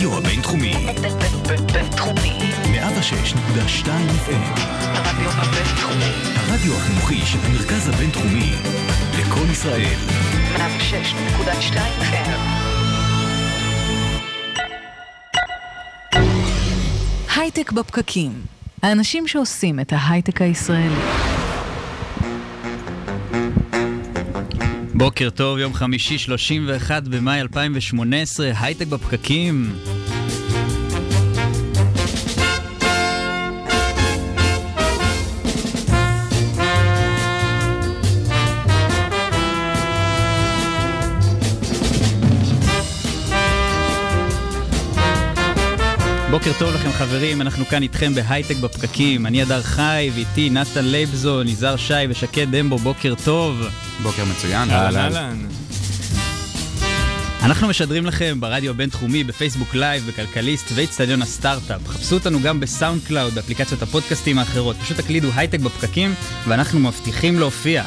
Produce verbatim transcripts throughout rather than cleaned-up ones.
הרדיו הבינתחומי. בינתחומי. מאה ושש נקודה שתיים אף אם. הרדיו הבינתחומי. הרדיו החינוכי של המרכז הבינתחומי. לכל ישראל. מאה ושש נקודה שתיים אף אם. הייטק בפקקים. האנשים שעושים את ההייטק הישראלי. בוקר טוב, יום חמישי שלושים ואחד במאי אלפיים ושמונה עשרה, הייטק בפקקים. בוקר טוב לכם חברים, אנחנו כאן איתכם בהייטק בפקקים. אני אדר חי ואיתי נתן לייבזון, יזהר שי ושקד דמבו. בוקר טוב. בוקר מצוין. אהלן. אנחנו משדרים לכם ברדיו הבינתחומי, בפייסבוק לייב, בכלכליסט ואצטדיון הסטארט-אפ. חפשו אותנו גם בסאונד קלאוד, באפליקציות הפודקאסטים האחרות. פשוט תקלידו הייטק בפקקים ואנחנו מבטיחים להופיע.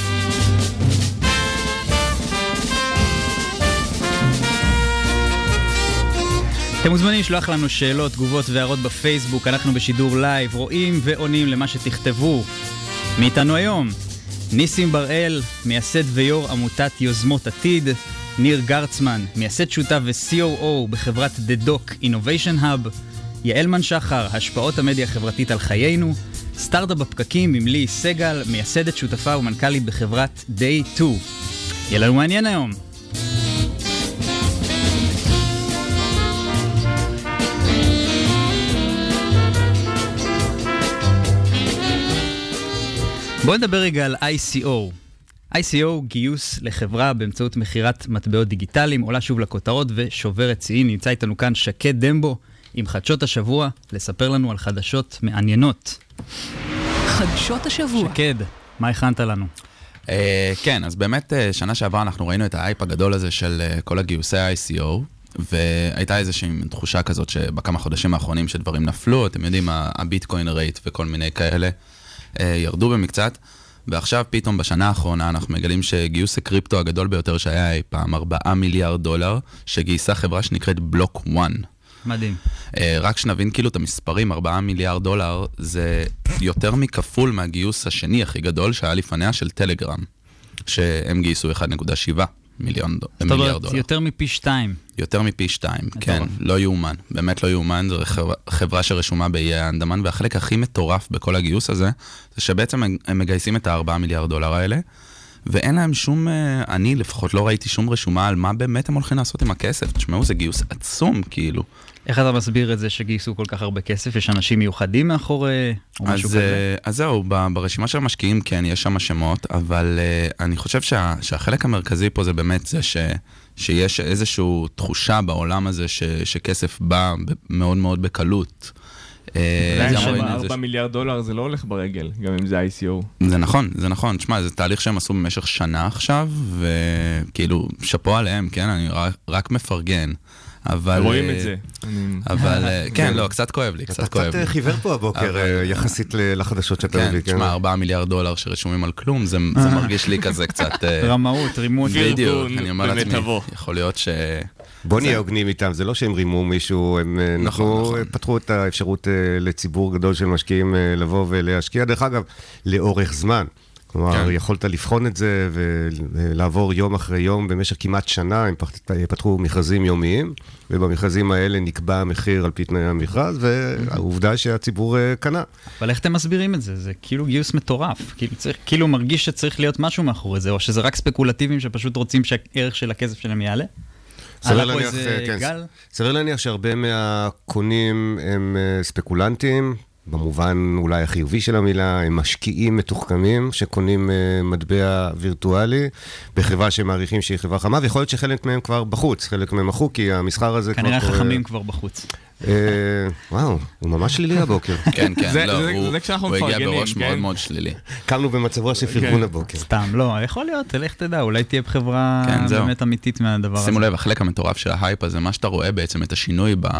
אתם מוזמנים לשלוח לנו שאלות, תגובות והערות בפייסבוק. אנחנו בשידור לייב, רואים ועונים למה שתכתבו. מאיתנו היום, ניסים בראל, מייסד ויור עמותת יוזמות עתיד. ניר גרצמן, מייסד שותף ו-סי או או בחברת The Doc Innovation Hub. יעלמן שחר, השפעות המדיה החברתית על חיינו. סטארט-אפ בפקקים עם לי סגל, מייסדת שותפה ומנכ"לית בחברת דיי טו. יהיה לנו מעניין היום. בואו נדבר רגע על איי סי או. איי סי או, גיוס לחברה באמצעות מחירת מטבעות דיגיטליים, עולה שוב לכותרות ושוברת שיאים. נמצא איתנו כאן שקד דמבו עם חדשות השבוע, לספר לנו על חדשות מעניינות. חדשות השבוע. שקד, מה הכנת לנו? Uh, כן, אז באמת uh, שנה שעברה אנחנו ראינו את האייפ הגדול הזה של uh, כל הגיוסי איי סי או, והייתה איזושהי תחושה כזאת שבכמה חודשים האחרונים שדברים נפלו, אתם יודעים, הביטקוין רייט וכל מיני כאלה, ירדו במקצת, ועכשיו פתאום בשנה האחרונה אנחנו מגלים שגיוס הקריפטו הגדול ביותר שהיה אי פעם, ארבעה מיליארד דולר, שגייסה חברה שנקראת בלוק וואן. מדהים. רק שנבין כאילו את המספרים, ארבעה מיליארד דולר, זה יותר מכפול מהגיוס השני הכי גדול שהיה לפניה של טלגרם, שהם גייסו אחד נקודה שבע מיליון מיליארד דולר. יותר מפי שתיים. יותר מפי שתיים, כן, לא יאומן, באמת לא יאומן, זו חברה שרשומה באיי האנדמן, והחלק הכי מטורף בכל הגיוס הזה, זה שבעצם הם מגייסים את הארבעה מיליארד דולר האלה, ואין להם שום, אני לפחות לא ראיתי שום רשומה על מה באמת הם הולכים לעשות עם הכסף. תשמעו, זה גיוס עצום, כאילו. איך אתה מסביר את זה שגייסו כל כך הרבה כסף? יש אנשים מיוחדים מאחורי או משהו אז, כזה? אז זהו, ברשימה של המשקיעים כן, יש שם שמות, אבל uh, אני חושב שה, שהחלק המרכזי פה זה באמת זה ש, שיש איזושהי תחושה בעולם הזה ש, שכסף בא מאוד מאוד בקלות. ארבעה מיליארד דולר זה לא הולך ברגל, גם אם זה איי סי או. זה נכון, זה נכון. תשמע, זה תהליך שהם עשו במשך שנה עכשיו, וכאילו, שפו עליהם, כן? אני רק מפרגן. רואים את זה. אבל, כן, לא, קצת כואב לי, קצת כואב לי. אתה קצת חיוור פה הבוקר, יחסית לחדשות שאתה מביא. כן, תשמע, ארבעה מיליארד דולר שרשומים על כלום, זה מרגיש לי כזה קצת... רמאות, רימון. בדיוק, אני אומר לעצמי, יכול להיות ש... בוא נהיה הוגנים איתם, זה לא שהם רימו מישהו, הם פתחו את האפשרות לציבור גדול של משקיעים לבוא ולהשקיע, דרך אגב, לאורך זמן. כלומר, יכולת לבחון את זה ולעבור יום אחרי יום במשך כמעט שנה, הם פתחו מכרזים יומיים, ובמכרזים האלה נקבע המחיר על פי תנאי המכרז, והעובדה שהציבור קנה. אבל איך אתם מסבירים את זה? זה כאילו גיוס מטורף, כאילו, צריך, כאילו מרגיש שצריך להיות משהו מאחורי זה, או שזה רק ספקולטיבים שפשוט רוצים שהערך של הכסף שלהם יעלה? סביר להניח, כן, סביר להניח שהרבה מהקונים הם ספקולנטים, במובן אולי החיובי של המילה, הם משקיעים מתוחכמים שקונים uh, מטבע וירטואלי בחברה שמעריכים שהיא חברה חמה, ויכול להיות שחלק מהם כבר בחוץ, חלק מהם מחו, כי המסחר הזה כבר... כנראה חכמים כבר בחוץ. וואו, הוא ממש שלילי הבוקר. כן, כן, לא, הוא הגיע בראש מאוד מאוד שלילי. קמנו במצבו של פרגון הבוקר. סתם, לא, יכול להיות, תלך תדע, אולי תהיה בחברה באמת אמיתית מהדבר הזה. שימו לב, החלק המטורף של ההייפ הזה, מה שאתה רואה בעצם את השינוי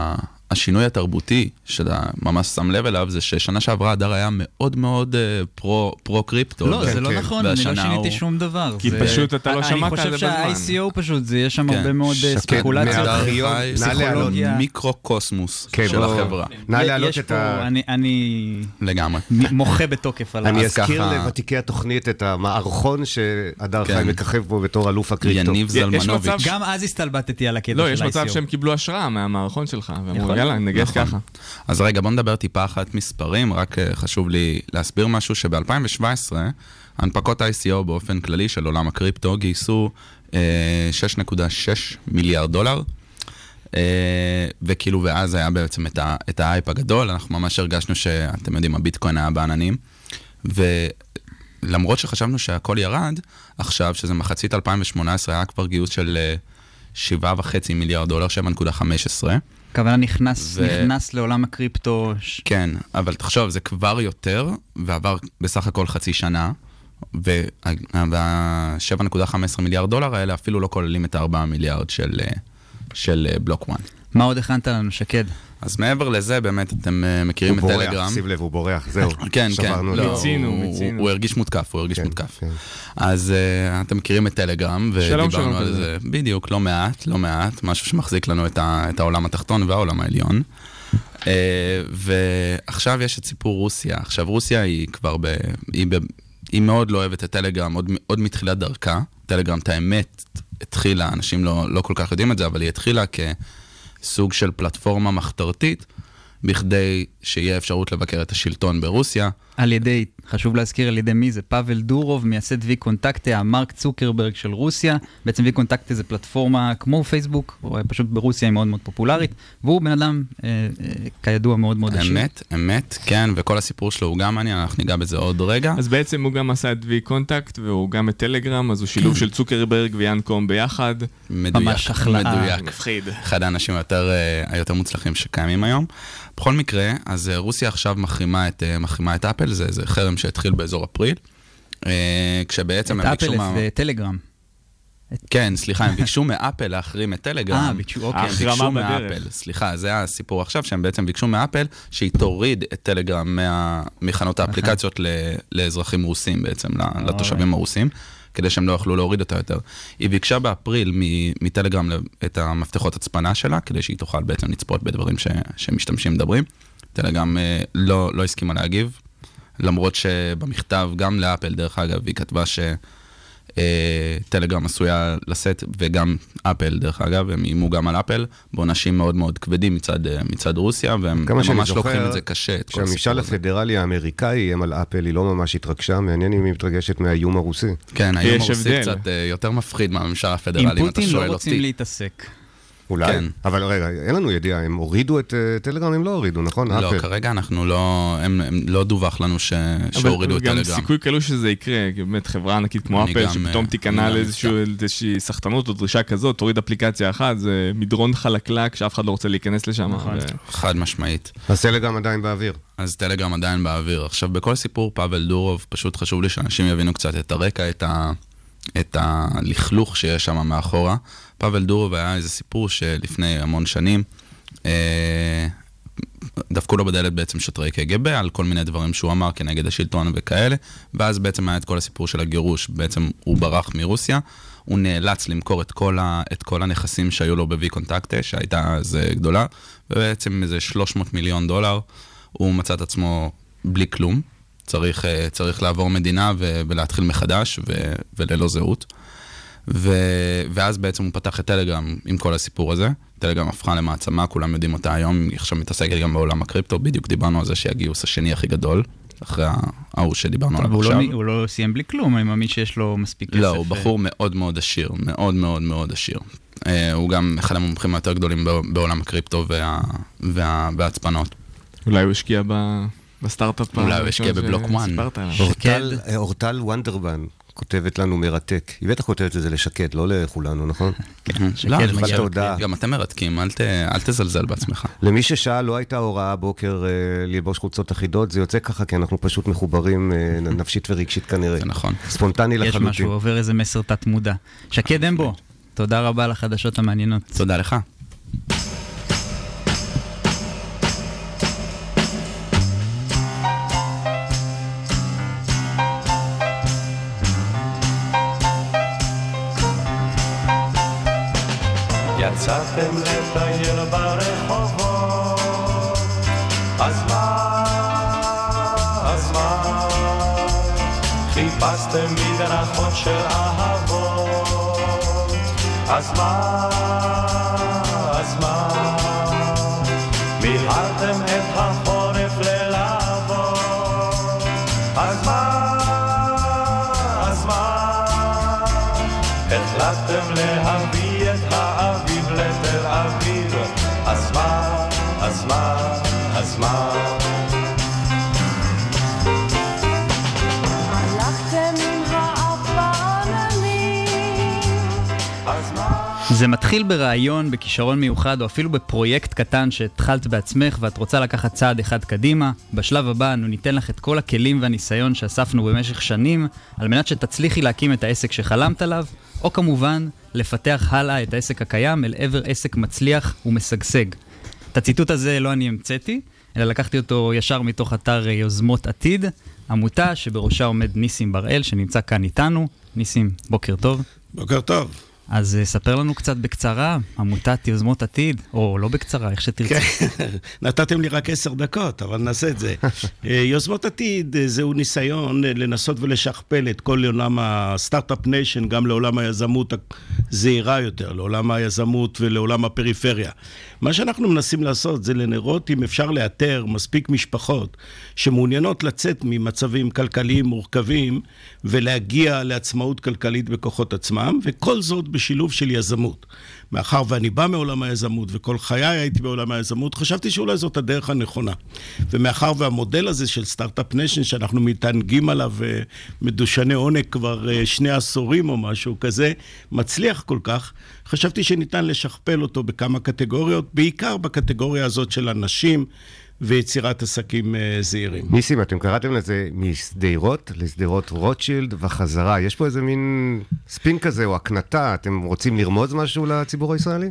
השינוי התרבותי שאתה ממש שם לב אליו, זה ששנה שעברה הדר היה מאוד מאוד פרו-קריפטו. לא, זה לא נכון, אני לא שיניתי שום דבר. כי פשוט אתה לא שמעת על זה בזמן. אני חושב שה-איי סי או פשוט, זה יש שם הרבה מאוד ספקולציות. פסיכולוגיה. מיקרו-קוסמוס של החברה. נא להעלות את ה... אני לגמרי. מוחה בתוקף על... אני אזכיר לוותיקי התוכנית את המערכון שהדר חי מככב בו בתור אלוף הקריפטו. יניב זלמנוביץ'. גם אז הסתלבטתי על הקטע של ה-איי סי או. לא, יש מצב שהם קיבלו השראה מהמערכון שלך, ואמרו, יאללה, נגד ככה. אז רגע, בוא נדבר טיפה אחת מספרים, רק חשוב לי להסביר משהו, שב-אלפיים שבע עשרה, הנפקות איי סי או באופן כללי של עולם הקריפטו גייסו שש נקודה שש מיליארד דולר, וכאילו ואז היה בעצם את האייפ הגדול, אנחנו ממש הרגשנו שאתם יודעים, הביטקוין היה בעננים, ולמרות שחשבנו שהכל ירד, עכשיו שזה מחצית אלפיים שמונה עשרה היה כבר גיוס של שבע וחצי מיליארד דולר, שבע נקודה חמש עשרה. כוונה נכנס, ו... נכנס לעולם הקריפטו. כן, אבל תחשוב, זה כבר יותר, ועבר בסך הכל חצי שנה, וה-שבע נקודה חמש עשרה מיליארד דולר האלה אפילו לא כוללים את ה-ארבעה מיליארד של, של בלוק וואן. מה עוד הכנת לנו, שקד? אז מעבר לזה, באמת, אתם מכירים את טלגרם. הוא בורח, שים לב, הוא בורח, זהו. כן, כן. לא, מיצינו, הוא, מיצינו. הוא הרגיש מותקף, הוא הרגיש כן, מותקף. כן. אז uh, אתם מכירים את טלגרם, ודיברנו על זה, בדיוק, לא מעט, לא מעט, משהו שמחזיק לנו את, ה, את העולם התחתון והעולם העליון. Uh, ועכשיו יש את סיפור רוסיה. עכשיו, רוסיה היא כבר ב... היא, ב, היא מאוד לא אוהבת את טלגרם, עוד, עוד מתחילת דרכה. טלגרם, את האמת, התחילה, אנשים לא, לא כל כך יודעים את זה, אבל היא התחילה כ... סוג של פלטפורמה מחתרתית, בכדי שיהיה אפשרות לבקר את השלטון ברוסיה. על ידי, חשוב להזכיר על ידי מי זה, פאבל דורוב, מייסד וי קונטקטה, המרק צוקרברג של רוסיה. בעצם וי קונטקטה זה פלטפורמה כמו פייסבוק, או פשוט ברוסיה היא מאוד מאוד פופולרית, והוא בן אדם אה, אה, כידוע מאוד מאוד עשיר. אמת, אמת, כן, וכל הסיפור שלו הוא גם מעניין, אנחנו ניגע בזה עוד רגע. אז בעצם הוא גם עשה את וי קונטקט, והוא גם את טלגרם, אז הוא שילוב של צוקרברג ויאנקום ביחד. מדויק, ממש החלאה. מדויק. מפחיד. אחד האנשים היותר, היותר מוצלחים שקיימים היום. בכל מקרה, אז רוסיה עכשיו מחרימה את, מחרימה את אפל, זה, זה חרם שהתחיל באזור אפריל, כשבעצם הם ביקשו... את אפל, את טלגרם. כן, סליחה, הם ביקשו מאפל להחרים את טלגרם. אה, ביקשו, אוקיי. הם ביקשו מאפל, סליחה, זה הסיפור עכשיו, שהם בעצם ביקשו מאפל שהיא תוריד את טלגרם מחנות האפליקציות לאזרחים רוסים בעצם, לתושבים הרוסים, כדי שהם לא יכלו להוריד אותה יותר. היא ביקשה באפריל מטלגרם את המפתחות הצפנה שלה, כדי שהיא תוכל בעצם לצפות בדברים שמשתמשים מדברים. טלגרם לא, לא הסכימה להגיב, למרות שבמכתב גם לאפל, דרך אגב, היא כתבה שטלגרם עשויה לשאת, וגם אפל, דרך אגב, הם אימו גם על אפל, בעונשים מאוד מאוד כבדים מצד, מצד רוסיה, והם ממש לוקחים את זה קשה. שהממשל הפדרלי האמריקאי הם על אפל, היא לא ממש התרגשה, מעניין אם היא מתרגשת מהאיום הרוסי. כן, האיום הרוסי קצת יותר מפחיד מהממשל הפדרלי, אם אתה שואל אותי. עם פוטין לא רוצים להתעסק. אולי, כן. אבל רגע, אין לנו ידיעה, הם הורידו את uh, טלגרם, הם לא הורידו, נכון? לא, אפל. כרגע אנחנו לא, הם, הם לא דווח לנו ש, שהורידו את טלגרם. אבל גם סיכוי קלוש שזה יקרה, באמת חברה ענקית כמו אפל, שפתאום תיכנע לאיזושהי סחטנות או דרישה כזאת, תוריד אפליקציה אחת, זה מדרון חלקלק שאף אחד לא רוצה להיכנס לשם. ו... חד משמעית. אז טלגרם עדיין באוויר. אז טלגרם עדיין באוויר. עכשיו, בכל סיפור פאבל דורוב, פשוט חשוב לי שאנשים יבינו קצת את הרקע, את ה... את הלכלוך שיש שם מאחורה. פאבל דורוב היה איזה סיפור שלפני המון שנים אה, דפקו לו בדלת בעצם שוטרי קג"ב על כל מיני דברים שהוא אמר כנגד השלטון וכאלה, ואז בעצם היה את כל הסיפור של הגירוש, בעצם הוא ברח מרוסיה, הוא נאלץ למכור את כל, ה, את כל הנכסים שהיו לו בווי קונטקטה, שהייתה איזה גדולה, ובעצם איזה שלוש מאות מיליון דולר, הוא מצא את עצמו בלי כלום, צריך, צריך לעבור מדינה ו, ולהתחיל מחדש ו, וללא זהות. ו, ואז בעצם הוא פתח את טלגרם עם כל הסיפור הזה. טלגרם הפכה למעצמה, כולם יודעים אותה היום, היא עכשיו מתעסקת גם בעולם הקריפטו, בדיוק דיברנו על זה שהגיוס השני הכי גדול, אחרי ההוא שדיברנו עליו עכשיו. לא, הוא לא סיים בלי כלום, אני מאמין שיש לו מספיק כסף. לא, הוא בחור מאוד מאוד עשיר, מאוד מאוד מאוד עשיר. הוא גם אחד המומחים היותר גדולים בעולם הקריפטו וה, וה, וההצפנות. אולי הוא השקיע ב... בסטארט-אפ. אולי הוא השקיע בבלוק וואן. אורטל וונדרבן כותבת לנו מרתק. היא בטח כותבת את זה לשקד, לא לכולנו, נכון? כן. גם אתם מרתקים, אל תזלזל בעצמך. למי ששאל, לא הייתה הוראה בוקר ללבוש חולצות אחידות, זה יוצא ככה, כי אנחנו פשוט מחוברים נפשית ורגשית כנראה. זה נכון. ספונטני לחלוטין. יש משהו, עובר איזה מסר תת מודע. שקד אמבו, תודה רבה לחדשות המעניינות. תודה לך. יצאתם לטייל ברחובות, אז מה, אז מה, חיפשתם מדרכות של אהבות, אז מה, אז מה, מילאתם את החורף ללעבוד, אז מה, אז מה, החלטתם להביא את האביב לתל אביב, אז מה, אז מה, אז מה, הלכתם עם האף בעננים, אז מה. זה מתחיל ברעיון, בכישרון מיוחד, או אפילו בפרויקט קטן שהתחלת בעצמך ואת רוצה לקחת צעד אחד קדימה. בשלב הבא אנו ניתן לך את כל הכלים והניסיון שאספנו במשך שנים, על מנת שתצליחי להקים את העסק שחלמת עליו, או כמובן, לפתח הלאה את העסק הקיים אל עבר עסק מצליח ומשגשג. את הציטוט הזה לא אני המצאתי, אלא לקחתי אותו ישר מתוך אתר יוזמות עתיד, עמותה שבראשה עומד ניסים בראל, שנמצא כאן איתנו. ניסים, בוקר טוב. בוקר טוב. אז ספר לנו קצת בקצרה, עמותת יוזמות עתיד, או לא בקצרה, איך שתרצה. נתתם לי רק עשר דקות, אבל נעשה את זה. יוזמות עתיד זהו ניסיון לנסות ולשכפל את כל עולם הסטארט-אפ ניישן, גם לעולם היזמות הזהירה יותר, לעולם היזמות ולעולם הפריפריה. מה שאנחנו מנסים לעשות זה לנרות אם אפשר לאתר מספיק משפחות שמעוניינות לצאת ממצבים כלכליים מורכבים ולהגיע לעצמאות כלכלית בכוחות עצמם, וכל זאת בשילוב של יזמות. מאחר ואני בא מעולם היזמות וכל חיי הייתי בעולם היזמות, חשבתי שאולי זאת הדרך הנכונה. ומאחר והמודל הזה של סטארט-אפ ניישן שאנחנו מתענגים עליו מדושני עונג כבר שני עשורים או משהו כזה, מצליח כל כך, חשבתי שניתן לשכפל אותו בכמה קטגוריות, בעיקר בקטגוריה הזאת של אנשים ויצירת עסקים זהירים. ניסים, אתם קראתם לזה מסדרות לסדרות רוטשילד וחזרה. יש פה איזה מין ספין כזה או הקנטה? אתם רוצים לרמוז משהו לציבור הישראלי?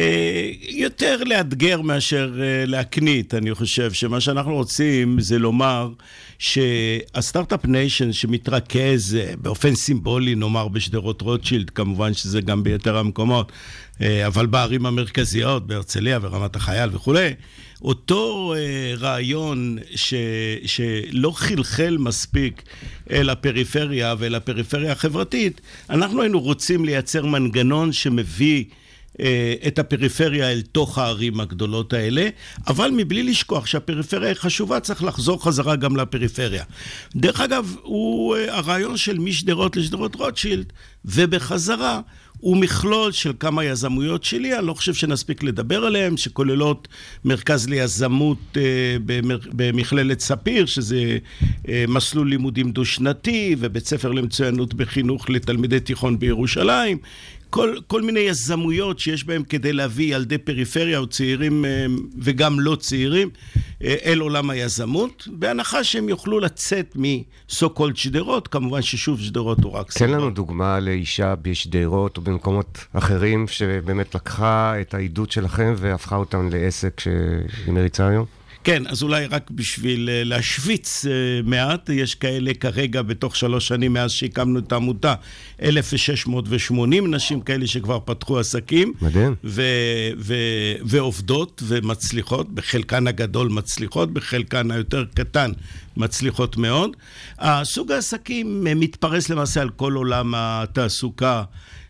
יותר לאתגר מאשר להקנית. אני חושב שמה שאנחנו רוצים זה לומר שהסטארט-אפ ניישן שמתרכז באופן סימבולי, נאמר בשדרות רוטשילד, כמובן שזה גם ביתר המקומות, אבל בערים המרכזיות, בהרצליה ורמת החייל וכו', אותו uh, רעיון ש, שלא חלחל מספיק אל הפריפריה ואל הפריפריה החברתית, אנחנו היינו רוצים לייצר מנגנון שמביא uh, את הפריפריה אל תוך הערים הגדולות האלה, אבל מבלי לשכוח שהפריפריה חשובה, צריך לחזור חזרה גם לפריפריה. דרך אגב, הוא uh, הרעיון של משדרות לשדרות רוטשילד, ובחזרה הוא מכלול של כמה יזמויות שלי, אני לא חושב שנספיק לדבר עליהם, שכוללות מרכז ליזמות אה, במר, במכללת ספיר, שזה אה, מסלול לימודים דו-שנתי, ובית ספר למצוינות בחינוך לתלמידי תיכון בירושלים, כל, כל מיני יזמויות שיש בהם כדי להביא ילדי פריפריה או צעירים אה, וגם לא צעירים אה, אל עולם היזמות, בהנחה שהם יוכלו לצאת מסו-קולד שדרות, כמובן ששוב שדרות הוא רק סבבה. תן לנו דוגמה לאישה בשדרות או במקומות אחרים שבאמת לקחה את העידוד שלכם והפכה אותם לעסק שהיא מריצה היום? כן, אז אולי רק בשביל להשוויץ מעט, יש כאלה כרגע בתוך שלוש שנים מאז שהקמנו את העמותה, אלף ושש מאות ושמונים נשים כאלה שכבר פתחו עסקים. מדהים. ו- ו- ועובדות ומצליחות, בחלקן הגדול מצליחות, בחלקן היותר קטן מצליחות מאוד. הסוג העסקים מתפרס למעשה על כל עולם התעסוקה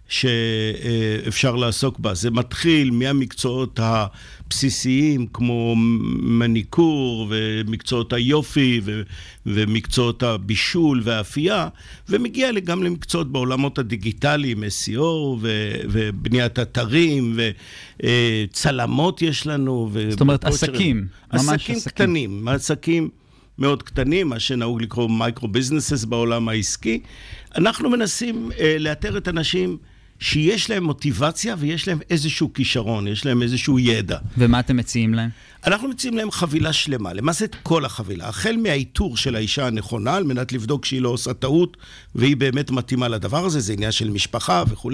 שאפשר לעסוק בה. זה מתחיל מהמקצועות הבסיסיים כמו מניקור ומקצועות היופי ו- ומקצועות הבישול והאפייה, ומגיע גם למקצועות בעולמות הדיגיטליים, אס אי או ו- ובניית אתרים וצלמות יש לנו. זאת אומרת עסקים, ממש עסקים. עסקים קטנים, עסקים מאוד קטנים, מה שנהוג לקרוא מייקרו-ביזנסס בעולם העסקי. אנחנו מנסים uh, לאתר את אנשים שיש להם מוטיבציה ויש להם איזשהו כישרון, יש להם איזשהו ידע. ומה אתם מציעים להם? אנחנו מציעים להם חבילה שלמה, למעשה את כל החבילה, החל מהאיתור של האישה הנכונה, על מנת לבדוק שהיא לא עושה טעות, והיא באמת מתאימה לדבר הזה, זה עניין של משפחה וכו'.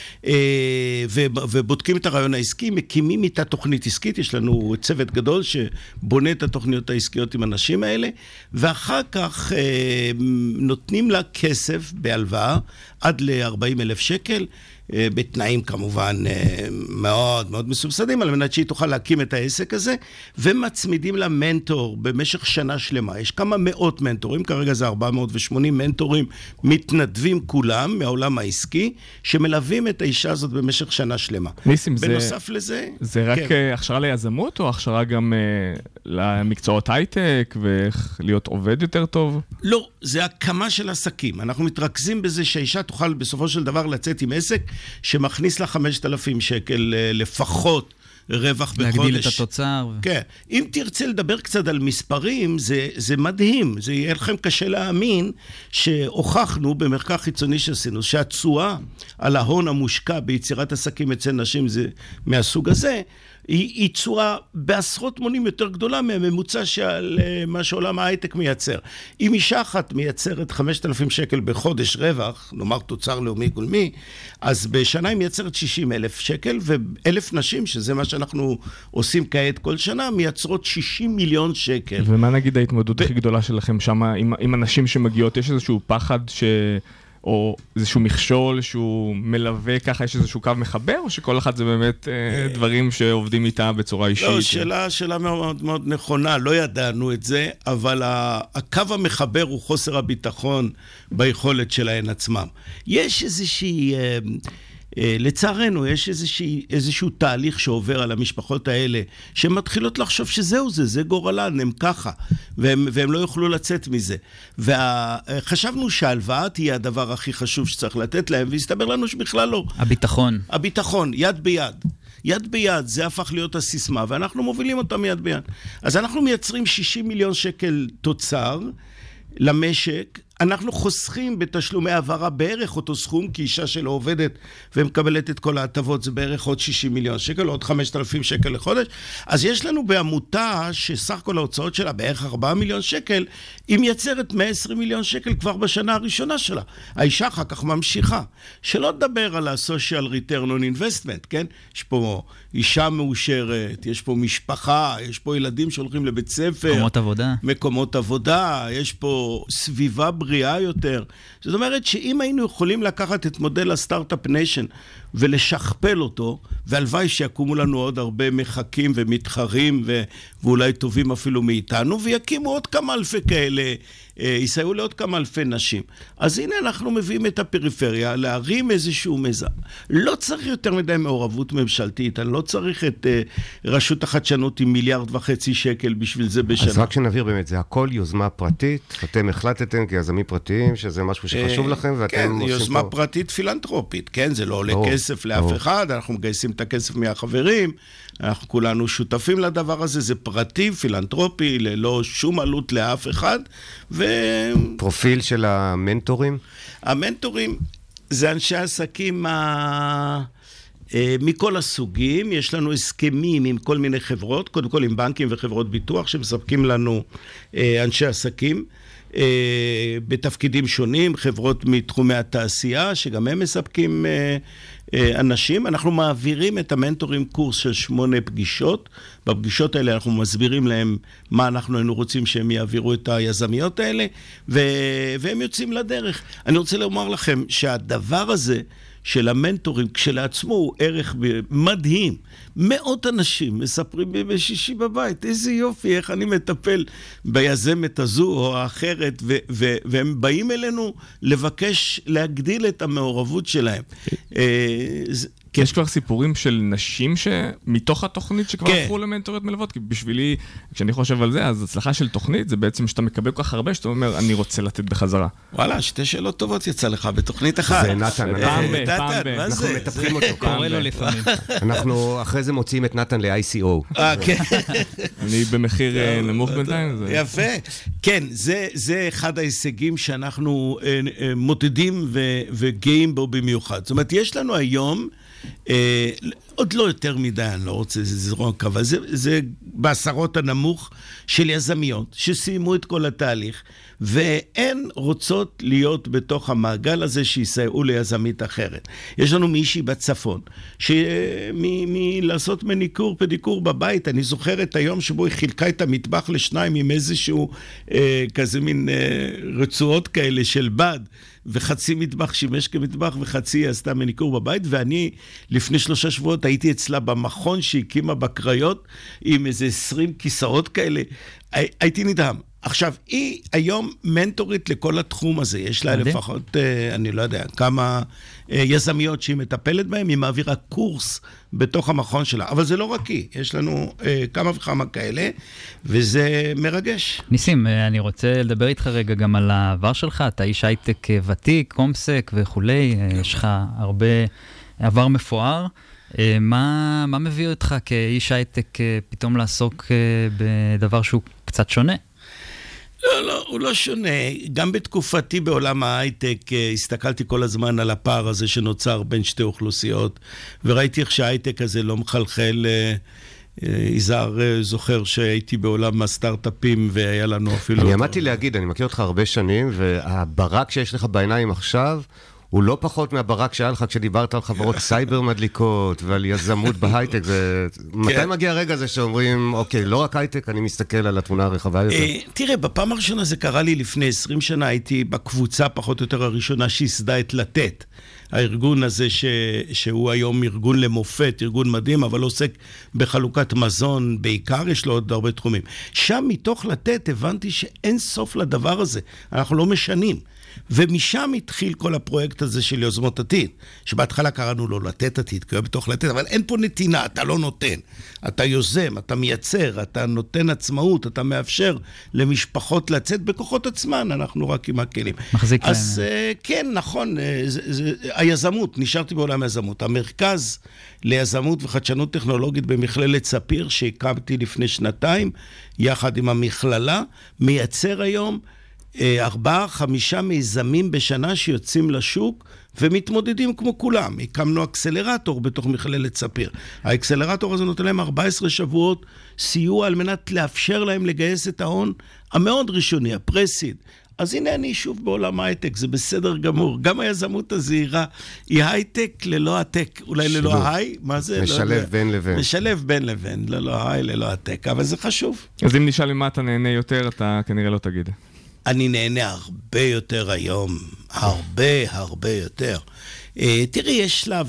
ובודקים את הרעיון העסקי, מקימים איתה תוכנית עסקית, יש לנו צוות גדול שבונה את התוכניות העסקיות עם האנשים האלה, ואחר כך נותנים לה כסף בהלוואה, עד ל-ארבעים אלף שקל, בתנאים כמובן מאוד מאוד מסובסדים, על מנת שהיא תוכל להקים את העסק הזה, ומצמידים לה מנטור במשך שנה שלמה. יש כמה מאות מנטורים, כרגע זה ארבע מאות ושמונים מנטורים מתנדבים כולם מהעולם העסקי, שמלווים את האישה הזאת במשך שנה שלמה. ניסים, בנוסף זה, לזה... זה רק כן. הכשרה ליזמות, או הכשרה גם uh, למקצועות הייטק, ולהיות עובד יותר טוב? לא, זה הקמה של עסקים. אנחנו מתרכזים בזה שהאישה תוכל בסופו של דבר לצאת עם עסק, שמכניס לה חמשת אלפים שקל לפחות רווח בחודש. להגדיל את התוצר. כן. אם תרצה לדבר קצת על מספרים, זה, זה מדהים. זה יהיה לכם קשה להאמין שהוכחנו במחקר חיצוני שעשינו, שהתשואה על ההון המושקע ביצירת עסקים אצל נשים זה מהסוג הזה, היא תשואה בעשרות מונים יותר גדולה מהממוצע של מה שעולם ההייטק מייצר. אם אישה אחת מייצרת חמשת אלפים שקל בחודש רווח, נאמר תוצר לאומי גולמי, אז בשנה היא מייצרת שישים אלף שקל, ואלף נשים, שזה מה שאנחנו עושים כעת כל שנה, מייצרות שישים מיליון שקל. ומה נגיד ההתמודדות ב... הכי גדולה שלכם שם, עם, עם אנשים שמגיעות, יש איזשהו פחד ש... או איזשהו מכשול שהוא מלווה ככה, יש איזשהו קו מחבר, או שכל אחד זה באמת אה, דברים שעובדים איתה בצורה אישית? לא, שאלה, שאלה מאוד מאוד נכונה, לא ידענו את זה, אבל הקו המחבר הוא חוסר הביטחון ביכולת שלהן עצמם. יש איזושהי... אה, לצערנו, יש איזשהו, איזשהו תהליך שעובר על המשפחות האלה, שהן מתחילות לחשוב שזהו זה, זה גורלן, הם ככה, והם, והם לא יוכלו לצאת מזה. וחשבנו שההלוואה תהיה הדבר הכי חשוב שצריך לתת להם, והסתבר לנו שבכלל לא. הביטחון. הביטחון, יד ביד. יד ביד, זה הפך להיות הסיסמה, ואנחנו מובילים אותם יד ביד. אז אנחנו מייצרים שישים מיליון שקל תוצר למשק, אנחנו חוסכים בתשלומי העברה בערך אותו סכום, כי אישה שלא עובדת ומקבלת את כל ההטבות, זה בערך עוד שישים מיליון שקל, עוד חמשת אלפים שקל לחודש. אז יש לנו בעמותה שסך כל ההוצאות שלה בערך ארבעה מיליון שקל, היא מייצרת מאה ועשרים מיליון שקל כבר בשנה הראשונה שלה. האישה אחר כך ממשיכה. שלא תדבר על ה-social return on investment, כן? יש פה אישה מאושרת, יש פה משפחה, יש פה ילדים שהולכים לבית ספר. מקומות עבודה. מקומות עבודה, יש פה סביבה בריאה יותר. זאת אומרת שאם היינו יכולים לקחת את מודל הסטארט-אפ ניישן ולשכפל אותו, והלוואי שיקומו לנו עוד הרבה מחכים ומתחרים ו... ואולי טובים אפילו מאיתנו, ויקימו עוד כמה אלפי כאלה, יסייעו לעוד כמה אלפי נשים. אז הנה אנחנו מביאים את הפריפריה, להרים איזשהו מזם. לא צריך יותר מדי מעורבות ממשלתית, אני לא צריך את uh, רשות החדשנות עם מיליארד וחצי שקל בשביל זה בשנה. אז רק שנבהיר באמת, זה הכל יוזמה פרטית, אתם החלטתם כיזמים פרטיים, שזה משהו שחשוב לכם, ואתם כן, עושים יוזמה פה... פרטית פילנטרופית, כן, זה לא עולה ברור, כסף לאף ברור. אחד, אנחנו מגייסים את הכסף מהחברים, אנחנו כולנו שותפים לדבר הזה, זה פרטי, פילנטרופי, ללא שום עלות לאף אחד, ו... פרופיל של המנטורים? המנטורים זה אנשי עסקים ה... מכל הסוגים, יש לנו הסכמים עם כל מיני חברות, קודם כל עם בנקים וחברות ביטוח שמספקים לנו אנשי עסקים בתפקידים שונים, חברות מתחומי התעשייה שגם הם מספקים אנשים. אנחנו מעבירים את המנטורים קורס של שמונה פגישות. בפגישות האלה אנחנו מסבירים להם מה אנחנו היינו רוצים שהם יעבירו את היזמיות האלה, והם יוצאים לדרך. אני רוצה לומר לכם שהדבר הזה של המנטורים כשלעצמו הוא ערך מדהים. מאות אנשים מספרים בי בשישי בבית, איזה יופי, איך אני מטפל ביזמת הזו או האחרת, ו- ו- והם באים אלינו לבקש להגדיל את המעורבות שלהם. כן. יש כבר סיפורים של נשים שמתוך התוכנית שכבר כן. הפכו למנטוריות מלוות, כי בשבילי, כשאני חושב על זה, אז הצלחה של תוכנית זה בעצם שאתה מקבל כל כך הרבה, שאתה אומר, אני רוצה לתת בחזרה. וואלה, שתי שאלות טובות יצא לך בתוכנית אחת. זה נתן. פעם ב, פעם ב. אנחנו מטפחים אותו. קורא לו לפעמים. אנחנו אחרי זה מוציאים את נתן ל-איי סי או. אה, כן. אני במחיר נמוך בינתיים. יפה. כן, זה אחד ההישגים שאנחנו מודדים וגאים בו במיוחד. זאת אומרת, יש לנו היום עוד לא יותר מדי, אני לא רוצה לזרוק, אבל זה, זה בעשרות הנמוך של יזמיות, שסיימו את כל התהליך, והן רוצות להיות בתוך המעגל הזה שיסייעו ליזמית אחרת. יש לנו מישהי בצפון, מלעשות מניקור פדיקור בבית, אני זוכר את היום שבו היא חילקה את המטבח לשניים עם איזשהו אה, כזה מין אה, רצועות כאלה של בד, וחצי מטבח שימש כמטבח וחצי עשתה מניקור בבית, ואני לפני שלושה שבועות הייתי אצלה במכון שהקימה בקריות עם איזה עשרים כיסאות כאלה, הייתי נדהם. עכשיו, היא היום מנטורית לכל התחום הזה, יש לה לפחות, אני לא יודע, כמה יזמיות שהיא מטפלת בהן, היא מעבירה קורס בתוך המכון שלה, אבל זה לא רק היא, יש לנו כמה וכמה כאלה, וזה מרגש. ניסים, אני רוצה לדבר איתך רגע גם על העבר שלך, אתה איש הייטק ותיק, קומסק וכולי, יש לך הרבה עבר מפואר, מה, מה מביא אותך כאיש הייטק פתאום לעסוק בדבר שהוא קצת שונה? לא, לא, הוא לא שונה. גם בתקופתי בעולם ההייטק הסתכלתי כל הזמן על הפער הזה שנוצר בין שתי אוכלוסיות, וראיתי איך שההייטק הזה לא מחלחל. יזהר זוכר שהייתי בעולם הסטארט-אפים והיה לנו אפילו... אני עמדתי להגיד, אני מכיר אותך הרבה שנים, והברק שיש לך בעיניים עכשיו, הוא לא פחות מהברק שהיה לך כשדיברת על חברות סייבר מדליקות ועל יזמות בהייטק. מתי מגיע הרגע הזה שאומרים, אוקיי, לא רק הייטק, אני מסתכל על התמונה הרחבה יותר? תראה, בפעם הראשונה זה קרה לי לפני עשרים שנה, הייתי בקבוצה פחות או יותר הראשונה שיסדה את לתת. הארגון הזה ש... שהוא היום ארגון למופת, ארגון מדהים, אבל עוסק בחלוקת מזון, בעיקר יש לו עוד הרבה תחומים. שם מתוך לתת הבנתי שאין סוף לדבר הזה, אנחנו לא משנים. ומשם התחיל כל הפרויקט הזה של יוזמות עתיד, שבהתחלה קראנו לו לתת עתיד, כי הוא בתוך לתת, אבל אין פה נתינה, אתה לא נותן. אתה יוזם, אתה מייצר, אתה נותן עצמאות, אתה מאפשר למשפחות לצאת בכוחות עצמן, אנחנו רק עם הכלים. מחזיק להם. אז uh, כן, נכון, uh, זה, זה, היזמות, נשארתי בעולם היזמות. המרכז ליזמות וחדשנות טכנולוגית במכללת ספיר, שהקמתי לפני שנתיים, יחד עם המכללה, מייצר היום ארבעה, חמישה מיזמים בשנה שיוצאים לשוק ומתמודדים כמו כולם. הקמנו אקסלרטור בתוך מכללת ספיר. האקסלרטור הזה נותן להם ארבעה עשר שבועות סיוע על מנת לאפשר להם לגייס את ההון המאוד ראשוני, הפרסיד. אז הנה אני שוב בעולם ההייטק, זה בסדר גמור. גם היזמות הזהירה היא הייטק ללא הטק, אולי ללא ההיי, מה זה? משלב לא, בין לבין. משלב בין לבין, ללא ההיי, ללא הטק, אבל זה חשוב. אז אם נשאל למה אתה נהנה יותר, אתה כנראה לא תגיד. אני נהנה הרבה יותר היום, הרבה הרבה יותר. תראי, יש שלב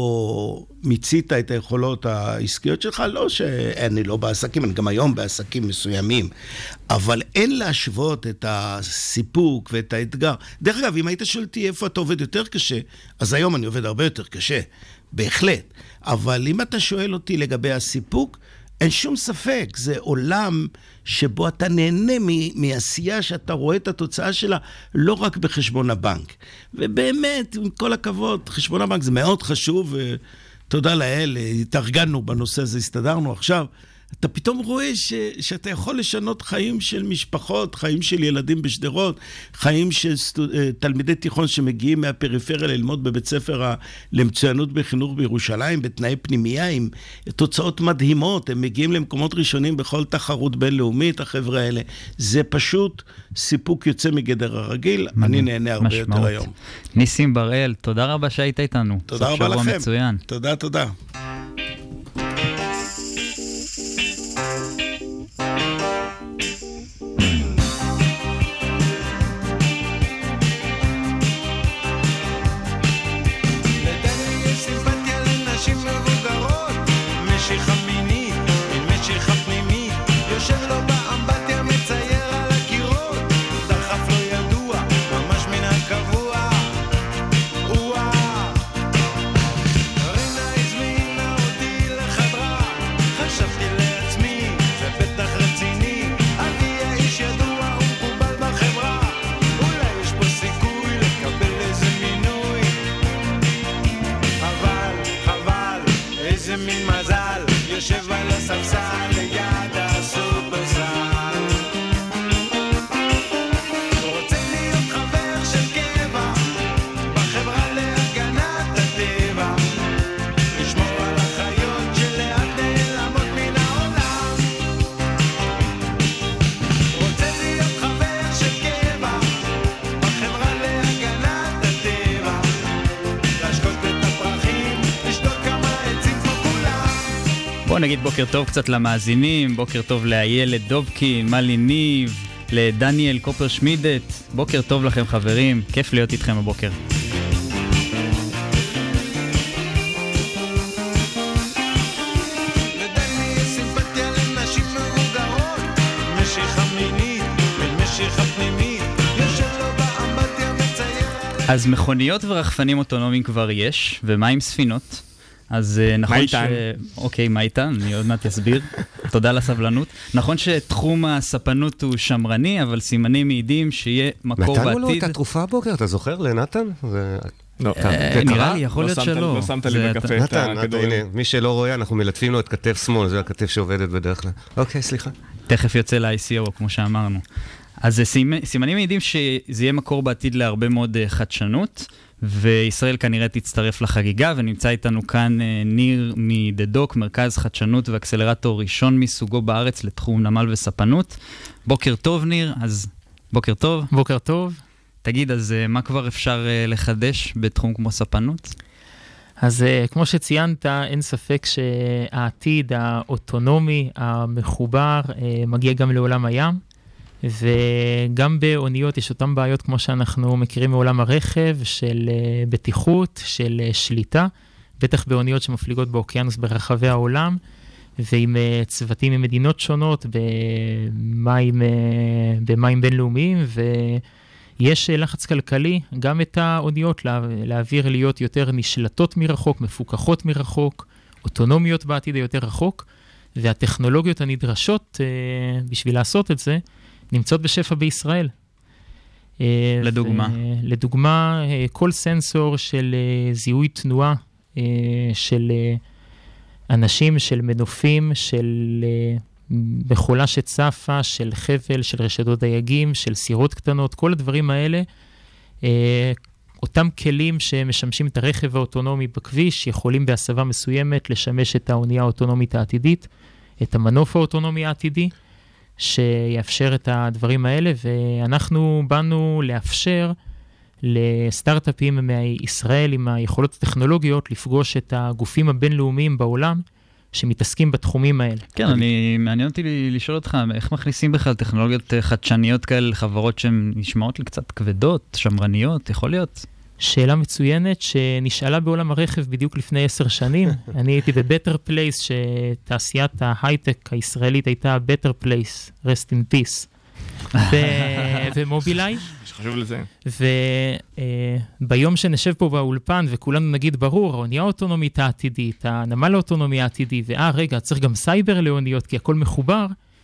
שבו מיצית את היכולות העסקיות שלך, לא שאני לא בעסקים, אני גם היום בעסקים מסוימים, אבל אין להשוות את הסיפוק ואת האתגר. דרך אגב, אם היית שואל אותי איפה אתה עובד יותר קשה, אז היום אני עובד הרבה יותר קשה, בהחלט. אבל אם אתה שואל אותי לגבי הסיפוק, אין שום ספק, זה עולם שבו אתה נהנה מעשייה שאתה רואה את התוצאה שלה לא רק בחשבון הבנק. ובאמת, עם כל הכבוד, חשבון הבנק זה מאוד חשוב, ותודה לאל, התארגנו בנושא הזה, הסתדרנו עכשיו. אתה פתאום רואה ש, שאתה יכול לשנות חיים של משפחות, חיים של ילדים בשדרות, חיים של סטוד, תלמידי תיכון שמגיעים מהפריפריה ללמוד בבית ספר למצוינות בחינוך בירושלים, בתנאי פנימייה, עם תוצאות מדהימות, הם מגיעים למקומות ראשונים בכל תחרות בינלאומית, החבר'ה האלה. זה פשוט סיפוק יוצא מגדר הרגיל, אני נהנה הרבה משמעות. יותר היום. ניסים בראל, תודה רבה שהיית איתנו. תודה רבה לכם. מצוין. תודה, תודה. בחברה להגנת הטבע, לשמור על החיים בואו נגיד בוקר טוב קצת למאזינים, בוקר טוב לאיילת דובקין, מלי ניב, לדניאל קופר שמידת, בוקר טוב לכם חברים, כיף להיות איתכם הבוקר. אז מכוניות ורחפנים אוטונומיים כבר יש, ומה עם ספינות? אז נכון ש... אוקיי, מה איתן? אני עוד מעט אסביר. תודה לסבלנות. נכון שתחום הספנות הוא שמרני, אבל סימנים מעידים שיהיה מקור בעתיד. נתנו לו את התרופה הבוקר, אתה זוכר לנתן? לא, נראה לי, יכול להיות שלא. לא שמת לי בקפה את הגדול. מי שלא רואה, אנחנו מלטפים לו את כתף שמאל, זה הכתף שעובדת בדרך כלל. אוקיי, סליחה. תכף יוצא ל-איי סי או, כמו שאמרנו. אז סימנים מעידים שזה יהיה מקור בעתיד להרבה מאוד חדשנות, וישראל כנראה תצטרף לחגיגה, ונמצא איתנו כאן ניר מדדוק, מרכז חדשנות ואקסלרטור ראשון מסוגו בארץ לתחום נמל וספנות. בוקר טוב ניר, אז בוקר טוב. בוקר טוב. תגיד, אז מה כבר אפשר לחדש בתחום כמו ספנות? אז כמו שציינת, אין ספק שהעתיד האוטונומי, המחובר, מגיע גם לעולם הים. וגם באוניות יש אותם בעיות כמו שאנחנו מכירים מעולם הרכב, של בטיחות, של שליטה, בטח באוניות שמפליגות באוקיינוס ברחבי העולם, ועם צוותים ממדינות שונות במים, במים בינלאומיים, ויש לחץ כלכלי גם את האוניות להעביר להיות יותר נשלטות מרחוק, מפוקחות מרחוק, אוטונומיות בעתיד היותר רחוק, והטכנולוגיות הנדרשות בשביל לעשות את זה, נמצאות בשפע בישראל. לדוגמה? לדוגמה, כל סנסור של זיהוי תנועה, של אנשים, של מנופים, של בחולה שצפה, של חבל, של רשתות דייגים, של סירות קטנות, כל הדברים האלה, אותם כלים שמשמשים את הרכב האוטונומי בכביש, יכולים בהסבה מסוימת לשמש את האונייה האוטונומית העתידית, את המנוף האוטונומי העתידי, שיאפשר את הדברים האלה, ואנחנו באנו לאפשר לסטארט-אפים מישראל עם היכולות הטכנולוגיות לפגוש את הגופים הבינלאומיים בעולם שמתעסקים בתחומים האלה. כן, אני מעניין אותי לשאול אותך, איך מכניסים בכלל טכנולוגיות חדשניות כאלה לחברות שהן נשמעות לי קצת כבדות, שמרניות, יכול להיות? שאלה מצוינת שנשאלה בעולם הרכב בדיוק לפני עשר שנים. אני הייתי בבטר פלייס, שתעשיית ההייטק הישראלית הייתה בטר פלייס, rest in peace, ומובילאי. שחשוב לזה. וביום שנשב פה באולפן וכולנו נגיד ברור, האונייה האוטונומית העתידית, הנמל האוטונומי העתידי, ואה רגע, צריך גם סייבר לאוניות, כי הכל מחובר,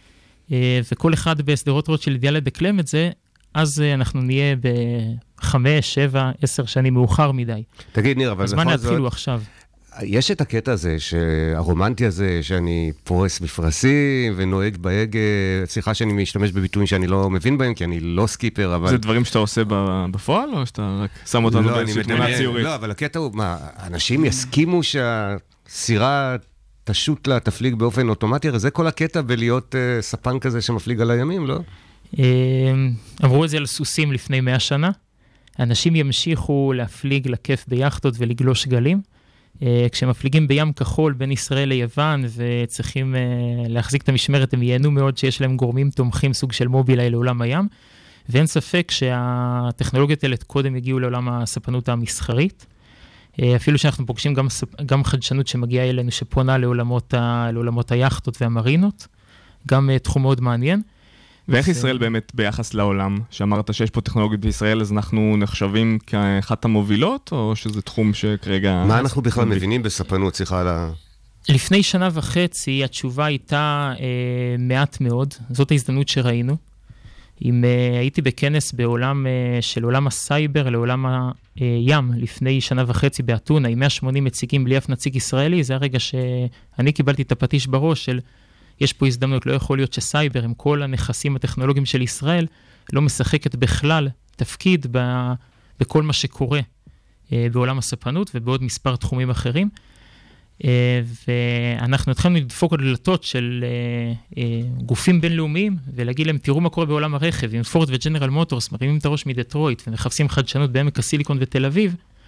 וכל אחד בסדרות רוטשילד אידיאל לדקלם את זה, אז אנחנו נהיה בחמש, שבע, עשר שנים מאוחר מדי. תגיד ניר, אבל אז מה נתחילו עכשיו? יש את הקטע הזה, הרומנטי הזה, שאני פורס מפרסים ונוהג בהגה, סליחה שאני משתמש בביטויים שאני לא מבין בהם, כי אני לא סקיפר, אבל... זה דברים שאתה עושה בפועל, או שאתה רק שם אותנו באיזושהי תמונה ציורית? לא, אבל הקטע הוא, מה, אנשים יסכימו שהסירה תשוט לה, תפליג באופן אוטומטי, הרי זה כל הקטע בלהיות ספן כזה שמפליג על הימים, לא? אמרו את זה על סוסים לפני מאה שנה. אנשים ימשיכו להפליג לכיף ביחדות ולגלוש גלים. כשמפליגים בים כחול בין ישראל ליוון וצריכים להחזיק את המשמרת, הם ייהנו מאוד שיש להם גורמים תומכים סוג של מובילאיי לעולם הים. ואין ספק שהטכנולוגיות האלה קודם הגיעו לעולם הספנות המסחרית. אפילו שאנחנו פוגשים גם, גם חדשנות שמגיעה אלינו שפונה לעולמות, ה, לעולמות היחדות והמרינות. גם תחום מאוד מעניין. ואיך ישראל באמת ביחס לעולם? שאמרת שיש פה טכנולוגיות בישראל, אז אנחנו נחשבים כאחת המובילות, או שזה תחום שכרגע... מה אנחנו בכלל מבינים בספנות, סליחה על ה... לפני שנה וחצי התשובה הייתה אה, מעט מאוד, זאת ההזדמנות שראינו. אם אה, הייתי בכנס בעולם אה, של עולם הסייבר לעולם הים, לפני שנה וחצי באתונה, עם מאה ושמונים מציגים בלי אף נציג ישראלי, זה הרגע שאני קיבלתי את הפטיש בראש של... יש פה הזדמנות, לא יכול להיות שסייבר עם כל הנכסים הטכנולוגיים של ישראל לא משחקת בכלל תפקיד ב, בכל מה שקורה אה, בעולם הספנות ובעוד מספר תחומים אחרים. אה, ואנחנו התחלנו לדפוק על דלתות של אה, אה, גופים בינלאומיים ולהגיד להם, תראו מה קורה בעולם הרכב, עם פורד וג'נרל מוטורס מרימים את הראש מדטרויט ומחפשים חדשנות בעמק הסיליקון ותל אביב,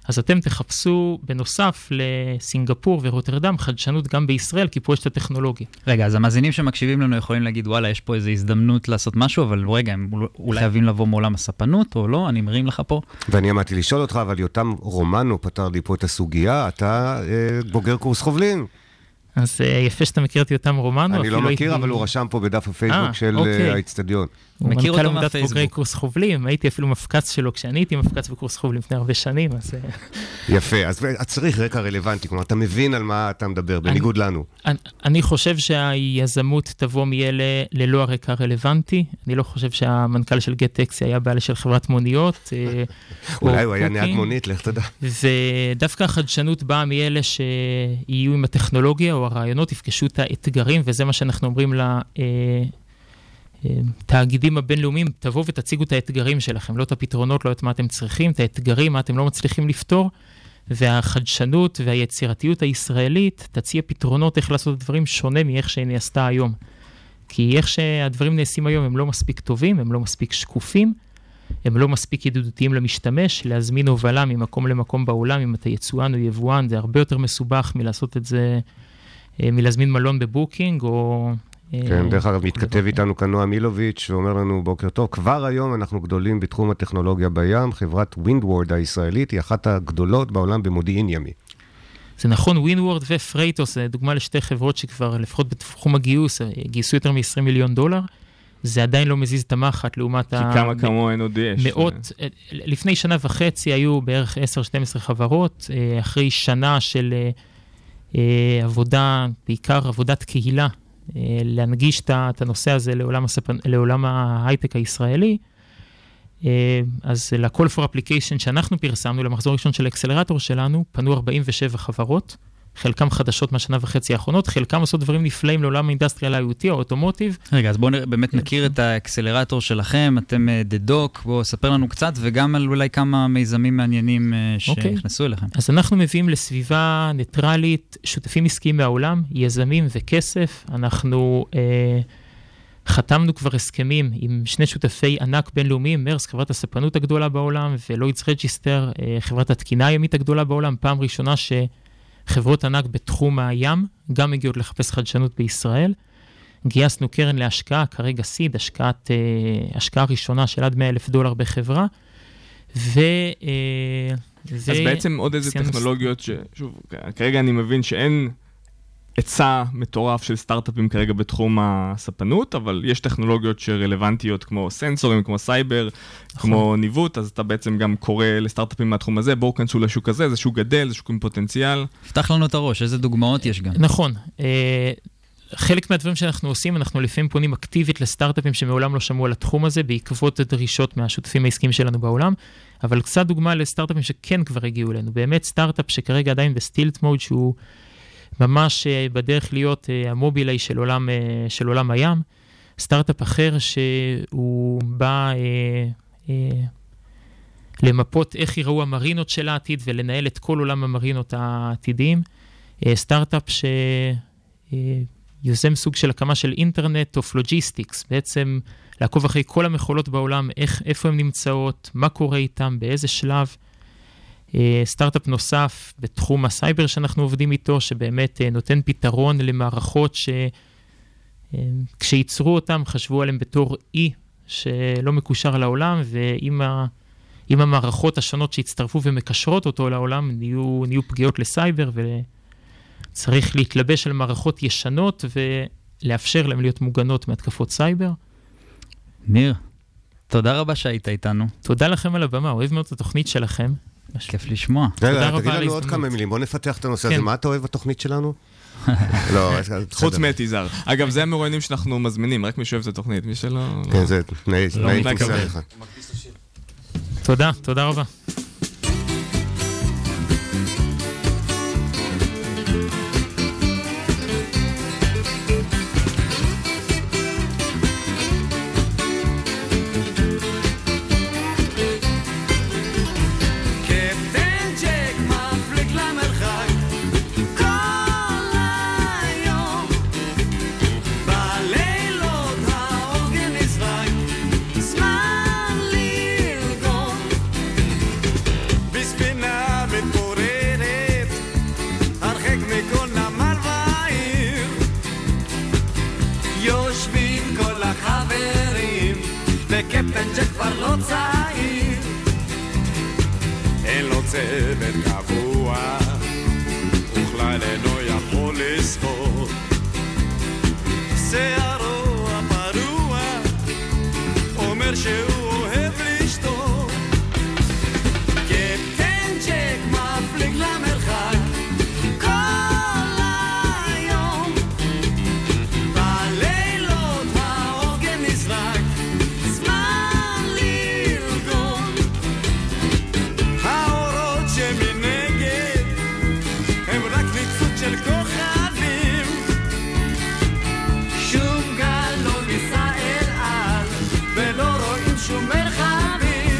אז אתם תחפשו בנוסף לסינגפור ורוטרדם חדשנות גם בישראל, כי פה יש את הטכנולוגיה. רגע, אז המאזינים שמקשיבים לנו יכולים להגיד, וואלה, יש פה איזו הזדמנות לעשות משהו, אבל רגע, הם אולי חייבים לבוא מעולם הספנות, או לא? אני מרים לך פה. ואני אמרתי לשאול אותך, אבל יותם רומנו פתר לי פה את הסוגיה, אתה אה, בוגר קורס חובלים. אז יפה שאתה מכיר את יותם רומנו. אני לא מכיר, אבל הוא רשם פה בדף הפייסבוק של האצטדיון. הוא מכיר אותו מהפייסבוק. בוגרי קורס חובלים, הייתי אפילו מפקץ שלו כשאני הייתי מפקץ בקורס חובלים לפני הרבה שנים. יפה, אז צריך רקע רלוונטי, כלומר, אתה מבין על מה אתה מדבר, בניגוד לנו. אני חושב שהיזמות תבוא מאלה ללא הרקע הרלוונטי. אני לא חושב שהמנכ"ל של גט-טקסי היה בעל של חברת מוניות. אולי הוא היה נהג מונית, לך תדע. ודווקא החדשנות באה מאלה שיהיו עם הטכנולוגיה או הרעיונות, יפגשו את האתגרים, וזה מה שאנחנו אומרים לתאגידים הבינלאומיים, תבואו ותציגו את האתגרים שלכם, לא את הפתרונות, לא את מה אתם צריכים, את האתגרים, מה אתם לא מצליחים לפתור, והחדשנות והיצירתיות הישראלית תציע פתרונות איך לעשות דברים שונה מאיך שהיא נעשתה היום. כי איך שהדברים נעשים היום הם לא מספיק טובים, הם לא מספיק שקופים, הם לא מספיק ידידותיים למשתמש, להזמין הובלה ממקום למקום בעולם, אם אתה יצואן או יבואן, זה הרבה יותר מסובך מלעשות את זה, מלהזמין מלון בבוקינג, או... כן, דרך אגב, מתכתב איתנו כאן נועה מילוביץ' ואומר לנו בוקר טוב, כבר היום אנחנו גדולים בתחום הטכנולוגיה בים, חברת ווינדוורד הישראלית היא אחת הגדולות בעולם במודיעין ימי. זה נכון, ווינדוורד ופרייטוס, זה דוגמה לשתי חברות שכבר לפחות בתחום הגיוס, גייסו יותר מ-עשרים מיליון דולר, זה עדיין לא מזיז את המחט לעומת ה... כי כמה כמוהן עוד יש. מאות, לפני שנה וחצי היו בערך עשר שתים עשרה חברות, אחרי שנה של עבודה, בעיקר עבודת קהילה, להנגיש את הנושא הזה לעולם, הספנ... לעולם ההייטק הישראלי, אז ל-Call for Application שאנחנו פרסמנו, למחזור ראשון של האקסלרטור שלנו, פנו ארבעים ושבע חברות, חלקם חדשות מהשנה וחצי האחרונות, חלקם עושות דברים נפלאים לעולם האינדסטריאל איי או טי או אוטומוטיב. רגע, אז בואו באמת נכיר את האקסלרטור שלכם, אתם The Doc, בואו ספר לנו קצת, וגם על אולי כמה מיזמים מעניינים שנכנסו אליכם. אז אנחנו מביאים לסביבה ניטרלית, שותפים עסקיים מהעולם, יזמים וכסף, אנחנו חתמנו כבר הסכמים עם שני שותפי ענק בינלאומיים, מרס, חברת הספנות הגדולה בעולם, ולוידס רג'יסטר, חברת התקינה הימית הגדולה בעולם, פעם ראשונה ש... חברות ענק בתחום הים, גם הגיעות לחפש חדשנות בישראל. גייסנו קרן להשקעה, כרגע סיד, השקעת, אה, השקעה ראשונה של עד מאה אלף דולר בחברה. ו... אה, אז בעצם עוד איזה טכנולוגיות ש... שוב, כרגע אני מבין שאין היצע מטורף של סטארט-אפים כרגע בתחום הספנות, אבל יש טכנולוגיות שרלוונטיות כמו סנסורים, כמו סייבר, כמו ניווט, אז אתה בעצם גם קורא לסטארט-אפים מהתחום הזה, בואו כנסו לשוק הזה, זה שוק גדל, זה שוק עם פוטנציאל. פתח לנו את הראש, איזה דוגמאות יש גם. נכון. חלק מהדברים שאנחנו עושים, אנחנו לפעמים פונים אקטיבית לסטארט-אפים שמעולם לא שמעו על התחום הזה, בעקבות הדרישות מהשותפים העסקיים שלנו בעולם, אבל קצת דוגמה לסטארט-אפים שכן כבר הגיעו אלינו. באמת סטארט-אפ שכרגע עדיין בסטילט מוד, שהוא ממש בדרך להיות המובילאי של עולם, של עולם הים. סטארט-אפ אחר שהוא בא אה, אה, למפות איך יראו המרינות של העתיד ולנהל את כל עולם המרינות העתידיים. אה, סטארט-אפ שיוזם אה, סוג של הקמה של אינטרנט אוף לוג'יסטיקס, בעצם לעקוב אחרי כל המכולות בעולם, איך, איפה הן נמצאות, מה קורה איתם, באיזה שלב. סטארט-אפ נוסף בתחום הסייבר שאנחנו עובדים איתו, שבאמת נותן פתרון למערכות שכשיצרו אותם חשבו עליהם בתור אי שלא מקושר לעולם, ועם ה... עם המערכות השונות שהצטרפו ומקשרות אותו לעולם, נהיו, נהיו פגיעות לסייבר, וצריך להתלבש על מערכות ישנות ולאפשר להם להיות מוגנות מהתקפות סייבר. ניר, תודה רבה שהיית איתנו. תודה לכם על הבמה, אוהב מאוד את התוכנית שלכם. כיף לשמוע. רגע, תגיד לנו עוד כמה מילים, בוא נפתח את הנושא הזה. מה אתה אוהב בתוכנית שלנו? חוץ מתיזר. אגב, זה המרואיינים שאנחנו מזמינים, רק מי שאוהב את התוכנית, מי שלא... כן, זה תנאי טיסה לך. תודה, תודה רבה. צוות קבוע, וכלל אינו יכול לסחור. שערו הפרוע אומר שהוא אוהב לשתות. קפטן ג'ק מפליג למרחק כל היום, בלילות העוגן נזרק, זמן לרגון. האורות שמנגד הם רק ניצוץ של כוכבים, שום גל לא ניסה אל על ולא רואים שום מרחבים,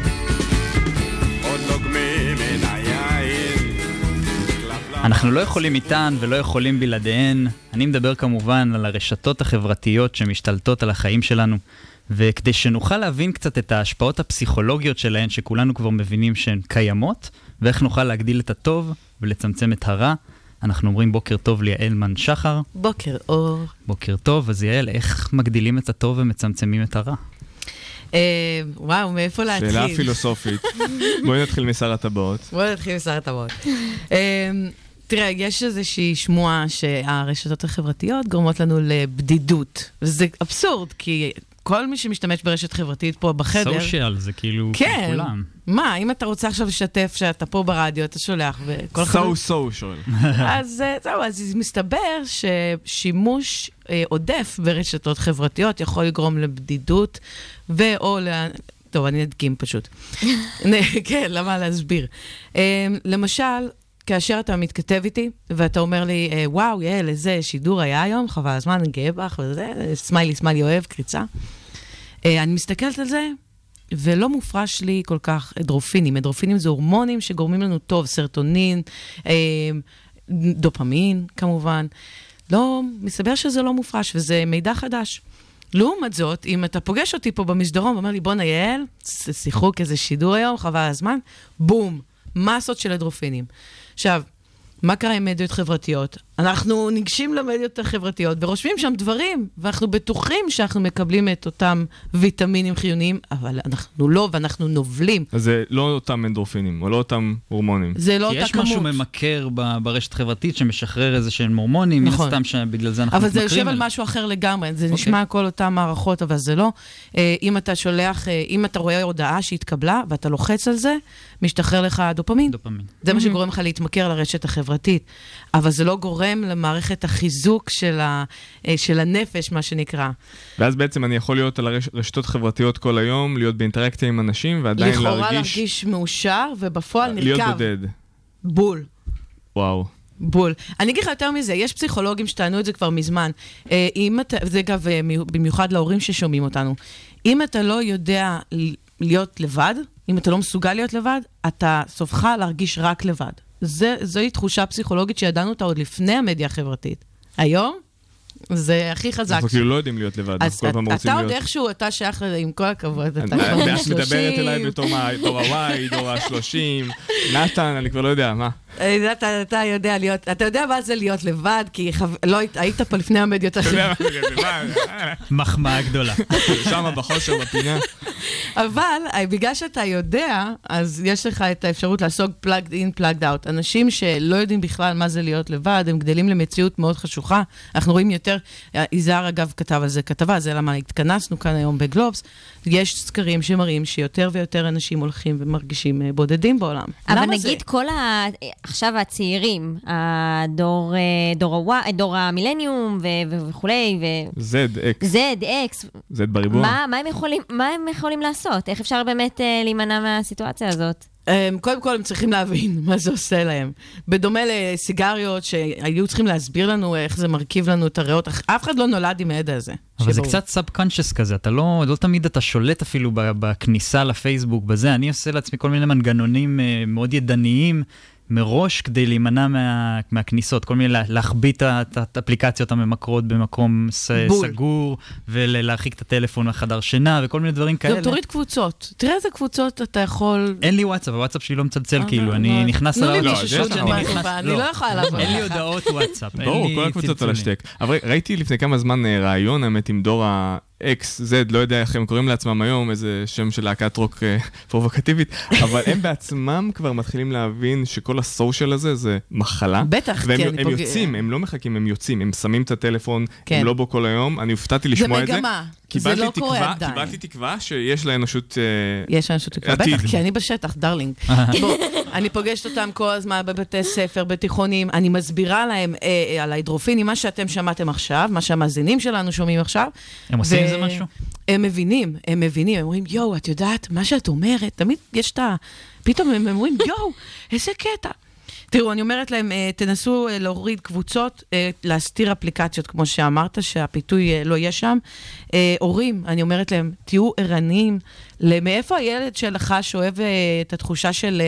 עוד לוגמים מן היין. אנחנו לא יכולים איתן ולא יכולים בלעדיהן. אני מדבר כמובן על הרשתות החברתיות שמשתלטות על החיים שלנו, וכדי שנוכל להבין קצת את ההשפעות הפסיכולוגיות שלהן, שכולנו כבר מבינים שהן קיימות, ואיך נוכל להגדיל את הטוב ולצמצם את הרע, אנחנו אומרים בוקר טוב ליעל מן שחר. בוקר אור. בוקר טוב. אז יעל, איך מגדילים את הטוב ומצמצמים את הרע? וואו, מאיפה להתחיל? שאלה פילוסופית. בואי נתחיל משר הטבעות. בואי נתחיל משר הטבעות. תראה, יש איזושהי שמועה שהרשתות החברתיות גורמות לנו לבדידות. וזה אבסורד, כי כל מי שמשתמש ברשת חברתית פה בחדר... סושיאל, זה כאילו כן. כולם. מה, אם אתה רוצה עכשיו לשתף שאתה פה ברדיו, אתה שולח וכל סו סושיאל. אז זהו, אז מסתבר ששימוש עודף ברשתות חברתיות יכול לגרום לבדידות, ואו ל... טוב, אני אדגים פשוט. כן, למה להסביר? למשל, כאשר אתה מתכתב איתי, ואתה אומר לי, וואו, יאל, איזה שידור היה היום, חבל הזמן, אני גאה בך, וזה, סמיילי, סמיילי אוהב, קריצה. אני מסתכלת על זה, ולא מופרש לי כל כך אדרופינים. אדרופינים זה הורמונים שגורמים לנו טוב, סרטונין, דופמין, כמובן. לא, מסתבר שזה לא מופרש, וזה מידע חדש. לעומת זאת, אם אתה פוגש אותי פה במסדרון, ואומר לי, בוא נייעל, שיחוק איזה שידור היום, חבל הזמן, בום, מסות של אדרופינים. עכשיו, מה קרה עם מדיות חברתיות? אנחנו ניגשים למדיות החברתיות ורושמים שם דברים, ואנחנו בטוחים שאנחנו מקבלים את אותם ויטמינים חיוניים, אבל אנחנו לא, ואנחנו נובלים. אז זה לא אותם אנדרופינים, או לא אותם הורמונים. זה לא אותה כמות. כי יש משהו ממכר ברשת חברתית שמשחרר איזה שהם הורמונים, נכון. סתם שבגלל זה אנחנו אבל מתמכרים. זה יושב על משהו אחר לגמרי, זה נשמע כל אותם מערכות, אבל זה לא. אם אתה שולח, אם אתה רואה הודעה שהתקבלה, ואתה לוחץ על זה, משתחרר לך דופמין. דופמין. זה מה שגורם לך להתמכר לרשת החברתית. אבל זה לא גורם למערכת החיזוק של, ה, של הנפש, מה שנקרא. ואז בעצם אני יכול להיות על הרשתות חברתיות כל היום, להיות באינטראקציה עם אנשים, ועדיין לכאורה להרגיש... לכאורה להרגיש מאושר, ובפועל נרכב. להיות בודד. בול. וואו. בול. אני אגיד לך יותר מזה, יש פסיכולוגים שטענו את זה כבר מזמן. אם אתה, זה אגב במיוחד להורים ששומעים אותנו, אם אתה לא יודע להיות לבד, אם אתה לא מסוגל להיות לבד, אתה סופך להרגיש רק לבד. זה, זוהי תחושה פסיכולוגית שידענו אותה עוד לפני המדיה החברתית. היום, זה הכי חזק. אנחנו כאילו לא יודעים להיות לבד, אנחנו כל פעם רוצים להיות... אתה עוד איכשהו, אתה שייך לזה, עם כל הכבוד, אתה כבר בן שלושים. את מדברת אליי בתור דור ה-Y, דור ה-שלושים, נתן, אני כבר לא יודע, מה? אתה יודע להיות, אתה יודע מה זה להיות לבד, כי לא היית פה לפני המדיות החברתיות. מחמאה גדולה. שם בחושר בפינה. אבל בגלל שאתה יודע, אז יש לך את האפשרות לעסוק plugged in, plugged out. אנשים שלא יודעים בכלל מה זה להיות לבד, הם גדלים למציאות מאוד חשוכה. אנחנו רואים יותר, יזהר אגב כתב על זה כתבה, זה למה התכנסנו כאן היום בגלובס, יש סקרים שמראים שיותר ויותר אנשים הולכים ומרגישים בודדים בעולם. אבל נגיד כל ה... עכשיו הצעירים, הדור, דור, דור המילניום וכולי, זד אקס. זד אקס. זד בריבוע. מה, מה הם יכולים, מה הם יכולים לעשות? איך אפשר באמת להימנע מהסיטואציה הזאת? קודם כל הם צריכים להבין מה זה עושה להם. בדומה לסיגריות שהיו צריכים להסביר לנו איך זה מרכיב לנו את הריאות. אף אחד לא נולד עם הידע הזה. אבל זה קצת סאב-קונשס כזה. אתה לא, לא תמיד אתה שולט אפילו בכניסה לפייסבוק בזה. אני עושה לעצמי כל מיני מנגנונים מאוד ידניים מראש כדי להימנע מה, מהכניסות, כל מיני להחביא את האפליקציות הממקרות במקום סגור, ולהרחיק את הטלפון מהחדר שינה, וכל מיני דברים כאלה. גם תוריד קבוצות. תראה איזה קבוצות אתה יכול... אין לי וואטסאפ, הוואטסאפ שלי לא מצלצל כאילו, אני נכנס על הוואטסאפ. אני לא יכולה לעבור. אין לי הודעות וואטסאפ. ברור, כל הקבוצות על השתק. אבל ראיתי לפני כמה זמן רעיון, האמת, עם דור ה... אקס זד, לא יודע איך הם קוראים לעצמם היום, איזה שם של להקת רוק פרובוקטיבית, אבל הם בעצמם כבר מתחילים להבין שכל הסושיאל הזה זה מחלה. בטח, והם, כן. הם פוג... יוצאים, הם לא מחכים, הם יוצאים, הם שמים את הטלפון, כן. הם לא בו כל היום, אני הופתעתי לשמוע את זה. זה מגמה, זה לא תקווה, קורה עדיין. קיבלתי תקווה שיש לאנושות יש לאנושות תקווה, בטח, כי אני בשטח, דרלינג. בוא, אני פוגשת אותם כל הזמן בבתי ספר, בתיכונים, אני מסבירה להם אה, על ההידרופינים, מה שאתם שמעתם עכשיו, מה שהמאזינים שלנו שומעים עכשיו. הם עושים עם זה משהו? הם מבינים, הם מבינים, הם אומרים, יואו, את יודעת, מה שאת אומרת, תמיד יש את ה... פתאום הם אומרים, יואו, איזה קטע. תראו, אני אומרת להם, תנסו להוריד קבוצות, להסתיר אפליקציות, כמו שאמרת, שהפיתוי לא יהיה שם. הורים, אני אומרת להם, תהיו ערניים, מאיפה הילד שלך שאוהב את התחושה של...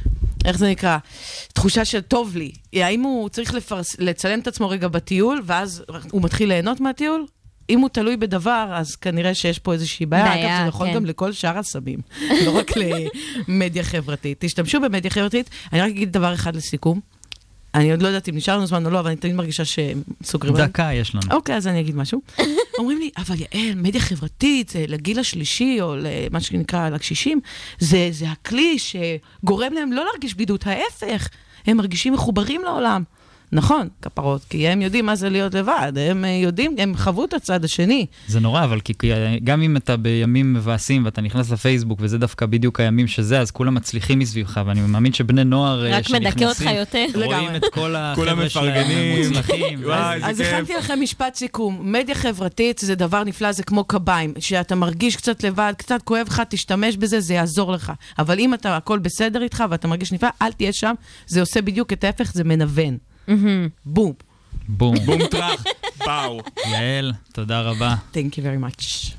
איך זה נקרא? תחושה של טוב לי. האם הוא צריך לפרס, לצלם את עצמו רגע בטיול, ואז הוא מתחיל ליהנות מהטיול? אם הוא תלוי בדבר, אז כנראה שיש פה איזושהי בעיה. אגב, זה נכון גם לכל שאר הסמים, לא רק למדיה חברתית. תשתמשו במדיה חברתית. אני רק אגיד דבר אחד לסיכום. אני עוד לא יודעת אם נשאר לנו זמן או לא, אבל אני תמיד מרגישה שסוגרים. דקה יש לנו. אוקיי, אז אני אגיד משהו. אומרים לי, אבל יעל, מדיה חברתית, זה לגיל השלישי, או למה שנקרא לקשישים, זה, זה הכלי שגורם להם לא להרגיש בידוד, ההפך. הם מרגישים מחוברים לעולם. נכון, כפרות, כי הם יודעים מה זה להיות לבד, הם יודעים, הם חוו את הצד השני. זה נורא, אבל כי גם אם אתה בימים מבאסים ואתה נכנס לפייסבוק, וזה דווקא בדיוק הימים שזה, אז כולם מצליחים מסביבך, ואני מאמין שבני נוער רק מדכא אותך יותר. רואים את כל החבר'ה שלהם מוצלחים. אז הכנתי לכם משפט סיכום. מדיה חברתית זה דבר נפלא, זה כמו קביים, שאתה מרגיש קצת לבד, קצת כואב לך, תשתמש בזה, זה יעזור לך. אבל אם אתה הכל בסדר איתך ואתה מרגיש נפלא, אל תהיה שם, זה עושה בדיוק את ההפך, זה מנוון. בום. בום. בום טרח. באו. יעל, תודה רבה. Thank you very much.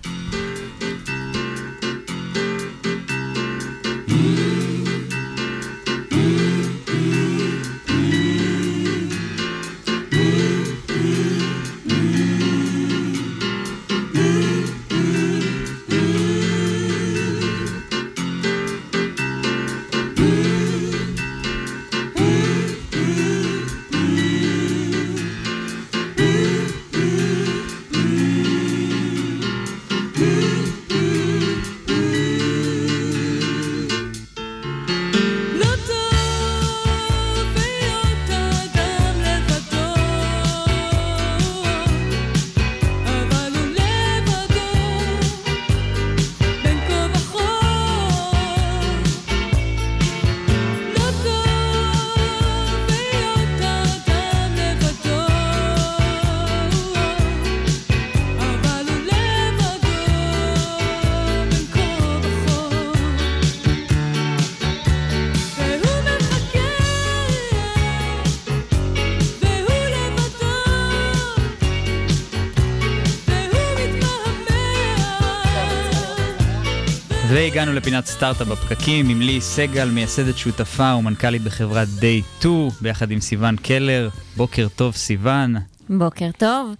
והגענו לפינת סטארט-אפ בפקקים עם לי סגל, מייסדת שותפה ומנכ"לית בחברת דיי טו, ביחד עם סיוון קלר. בוקר טוב סיוון. בוקר טוב.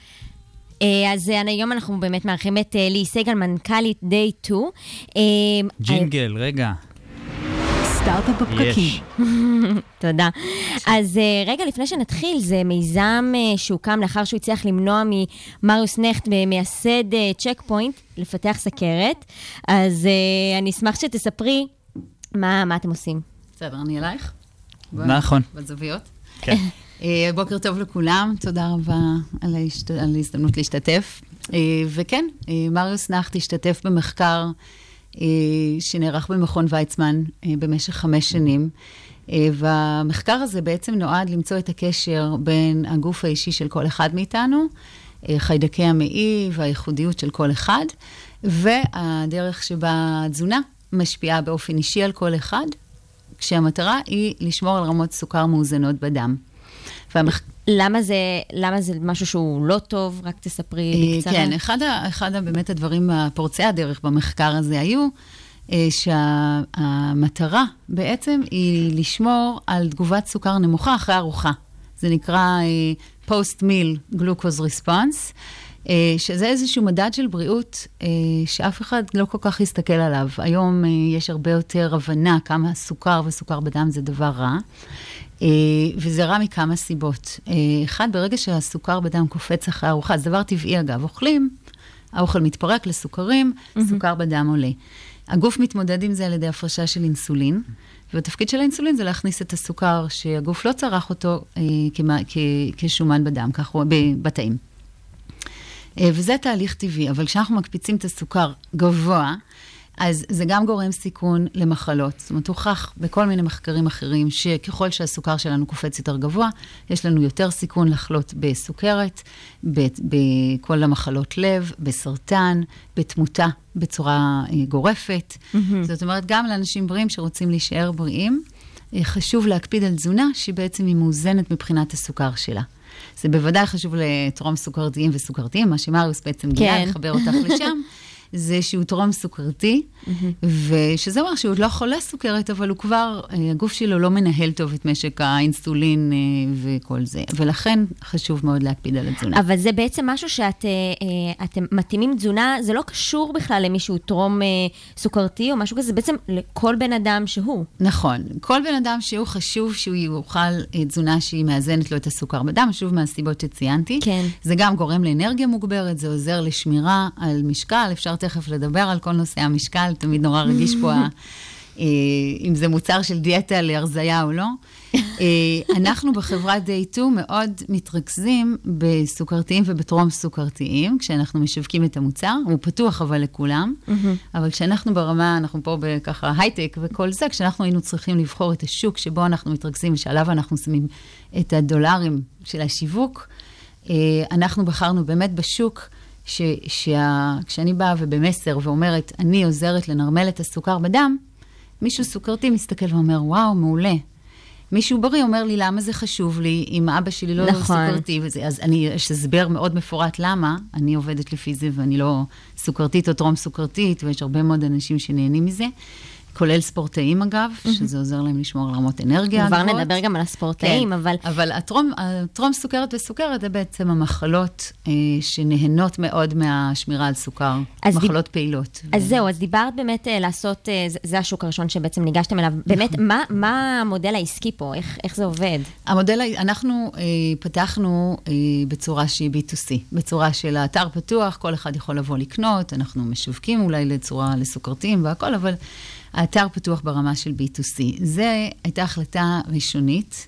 אז היום אנחנו באמת מארחים את לי סגל, מנכ"לית דיי טו. ג'ינגל, רגע. סטארט-אפ בפקקים. תודה. אז רגע לפני שנתחיל, זה מיזם שהוקם לאחר שהוא הצליח למנוע ממריוס נכט, מייסד צ'ק פוינט, לפתח סכרת. אז אני אשמח שתספרי מה, מה אתם עושים. בסדר, אני אלייך. נכון. בזוויות. כן. בוקר טוב לכולם, תודה רבה על ההזדמנות להשתתף. וכן, מריוס נכט השתתף במחקר שנערך במכון ויצמן במשך חמש שנים, והמחקר הזה בעצם נועד למצוא את הקשר בין הגוף האישי של כל אחד מאיתנו, חיידקי המעי והייחודיות של כל אחד, והדרך שבה התזונה משפיעה באופן אישי על כל אחד, כשהמטרה היא לשמור על רמות סוכר מאוזנות בדם. והמח... למה זה, למה זה משהו שהוא לא טוב? רק תספרי בקצרה. כן, אחד, ה, אחד ה, באמת הדברים הפורצי הדרך במחקר הזה היו, שהמטרה בעצם היא לשמור על תגובת סוכר נמוכה אחרי ארוחה. זה נקרא post-meal glucose response, שזה איזשהו מדד של בריאות שאף אחד לא כל כך יסתכל עליו. היום יש הרבה יותר הבנה כמה סוכר וסוכר בדם זה דבר רע. וזה רע מכמה סיבות. אחד, ברגע שהסוכר בדם קופץ אחרי ארוחה, זה דבר טבעי אגב, אוכלים, האוכל מתפרק לסוכרים, סוכר בדם עולה. הגוף מתמודד עם זה על ידי הפרשה של אינסולין, והתפקיד של האינסולין זה להכניס את הסוכר שהגוף לא צרך אותו אה, כמה, כ, כשומן בדם, כך הוא בתאים. אה, וזה תהליך טבעי, אבל כשאנחנו מקפיצים את הסוכר גבוה, אז זה גם גורם סיכון למחלות. זאת אומרת, הוכח בכל מיני מחקרים אחרים, שככל שהסוכר שלנו קופץ יותר גבוה, יש לנו יותר סיכון לחלות בסוכרת, בכל המחלות לב, בסרטן, בתמותה בצורה גורפת. Mm-hmm. זאת אומרת, גם לאנשים בריאים שרוצים להישאר בריאים, חשוב להקפיד על תזונה שהיא בעצם היא מאוזנת מבחינת הסוכר שלה. זה בוודאי חשוב לטרום סוכרתיים וסוכרתיים, מה שמריוס בעצם גילה, כן. לחבר אותך לשם. זה שהוא טרום סוכרתי, ושזה אומר שהוא עוד לא חולה סוכרת, אבל הוא כבר, הגוף שלו לא מנהל טוב את משק האינסולין וכל זה. ולכן חשוב מאוד להקפיד על התזונה. אבל זה בעצם משהו שאתם מתאימים תזונה, זה לא קשור בכלל למישהו טרום סוכרתי או משהו כזה, זה בעצם לכל בן אדם שהוא. נכון. כל בן אדם שהוא חשוב שהוא יאכל תזונה שהיא מאזנת לו את הסוכר בדם, שוב מהסיבות שציינתי. כן. זה גם גורם לאנרגיה מוגברת, זה עוזר לשמירה על משקל, אפשר תכף לדבר על כל נושא המשקל, תמיד נורא רגיש פה אם זה מוצר של דיאטה להרזיה או לא. אנחנו בחברת דיי טו מאוד מתרכזים בסוכרתיים ובטרום סוכרתיים, כשאנחנו משווקים את המוצר, הוא פתוח אבל לכולם, אבל כשאנחנו ברמה, אנחנו פה בככה הייטק וכל זה, כשאנחנו היינו צריכים לבחור את השוק שבו אנחנו מתרכזים ושעליו אנחנו שמים את הדולרים של השיווק, אנחנו בחרנו באמת בשוק, שכשאני באה ובמסר ואומרת, אני עוזרת לנרמל את הסוכר בדם, מישהו סוכרתי מסתכל ואומר, וואו, מעולה. מישהו בריא אומר לי, למה זה חשוב לי, אם אבא שלי לא נכון. סוכרתי, וזה, אז אני, יש הסבר מאוד מפורט למה, אני עובדת לפי זה, ואני לא סוכרתית או טרום סוכרתית, ויש הרבה מאוד אנשים שנהנים מזה. כולל ספורטאים אגב, שזה עוזר להם לשמור על רמות אנרגיה. כבר נדבר גם על הספורטאים, אבל... אבל הטרום סוכרת וסוכרת זה בעצם המחלות שנהנות מאוד מהשמירה על סוכר, מחלות פעילות. אז זהו, אז דיברת באמת לעשות, זה השוק הראשון שבעצם ניגשתם אליו, באמת, מה המודל העסקי פה? איך זה עובד? המודל, אנחנו פתחנו בצורה שהיא בי טו סי, בצורה של האתר פתוח, כל אחד יכול לבוא לקנות, אנחנו משווקים אולי לצורה לסוכרתיים והכל, אבל... האתר פתוח ברמה של בי טו סי. זה הייתה החלטה ראשונית,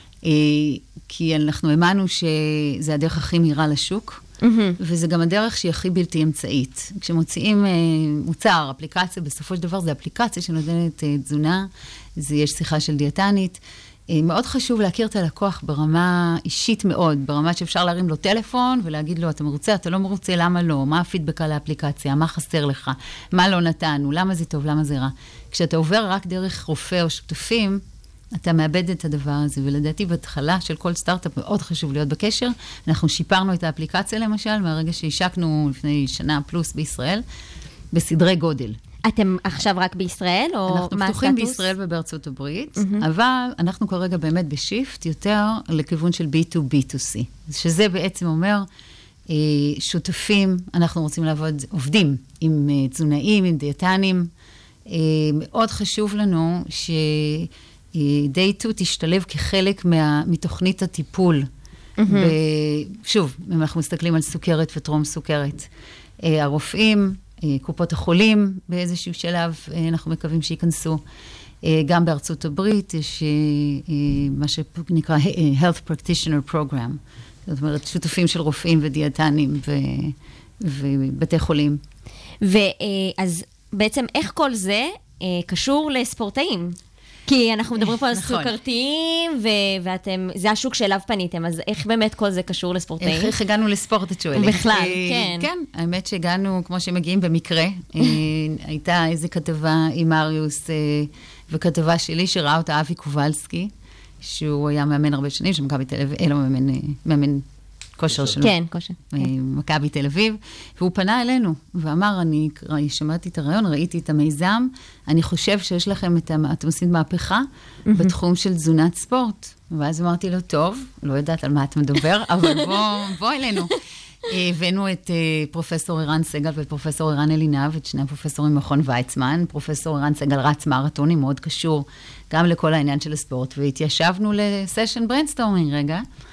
כי אנחנו האמנו שזה הדרך הכי מהירה לשוק, וזה גם הדרך שהיא הכי בלתי אמצעית. כשמוציאים מוצר, אפליקציה, בסופו של דבר זה אפליקציה שנותנת תזונה, זה יש שיחה של דיאטנית, מאוד חשוב להכיר את הלקוח ברמה אישית מאוד, ברמה שאפשר להרים לו טלפון ולהגיד לו, אתה מרוצה, אתה לא מרוצה, למה לא? מה הפידבק על האפליקציה? מה חסר לך? מה לא נתנו? למה זה טוב? למה זה רע? כשאתה עובר רק דרך רופא או שותפים, אתה מאבד את הדבר הזה, ולדעתי בהתחלה של כל סטארט-אפ מאוד חשוב להיות בקשר. אנחנו שיפרנו את האפליקציה למשל, מהרגע שהשקנו לפני שנה פלוס בישראל, בסדרי גודל. אתם עכשיו רק בישראל, או מה הסטטוס? אנחנו פתוחים בישראל ובארצות הברית, mm-hmm. אבל אנחנו כרגע באמת בשיפט יותר לכיוון של בי טו בי טו סי, שזה בעצם אומר, שותפים, אנחנו רוצים לעבוד, עובדים עם תזונאים, עם דיאטנים, מאוד חשוב לנו שדיי טו תשתלב כחלק מה, מתוכנית הטיפול, mm-hmm. ב, שוב, אם אנחנו מסתכלים על סוכרת וטרום סוכרת, הרופאים, קופות החולים, באיזשהו שלב אנחנו מקווים שיכנסו. גם בארצות הברית יש מה שנקרא Health Practitioner Program. זאת אומרת, שותפים של רופאים ודיאטנים ובתי חולים. ואז בעצם איך כל זה קשור לספורטאים? כי אנחנו מדברים פה על סוכרתיים, ואתם, זה השוק שאליו פניתם, אז איך באמת כל זה קשור לספורטאים? איך הגענו לספורט, את שואלת? בכלל, כן. כן, האמת שהגענו, כמו שמגיעים במקרה, הייתה איזו כתבה עם מריוס, וכתבה שלי שראה אותה אבי קובלסקי, שהוא היה מאמן הרבה שנים, שמכבי תל אביב, אלא מאמן, מאמן כושר שלו. כן, כושר. מכבי תל אביב, והוא פנה אלינו, ואמר, אני שמעתי את הרעיון, ראיתי את המיזם, אני חושב שיש לכם את, אתם עושים מהפכה, בתחום של תזונת ספורט. ואז אמרתי לו, טוב, לא יודעת על מה את מדבר, אבל בוא, בוא אלינו. הבאנו את פרופסור ערן סגל ואת פרופסור ערן אלינב, את שני הפרופסורים ממכון ויצמן. פרופסור ערן סגל רץ מרתונים, מאוד קשור גם לכל העניין של הספורט, והתיישבנו לסשן בריינסטורמינג רגע,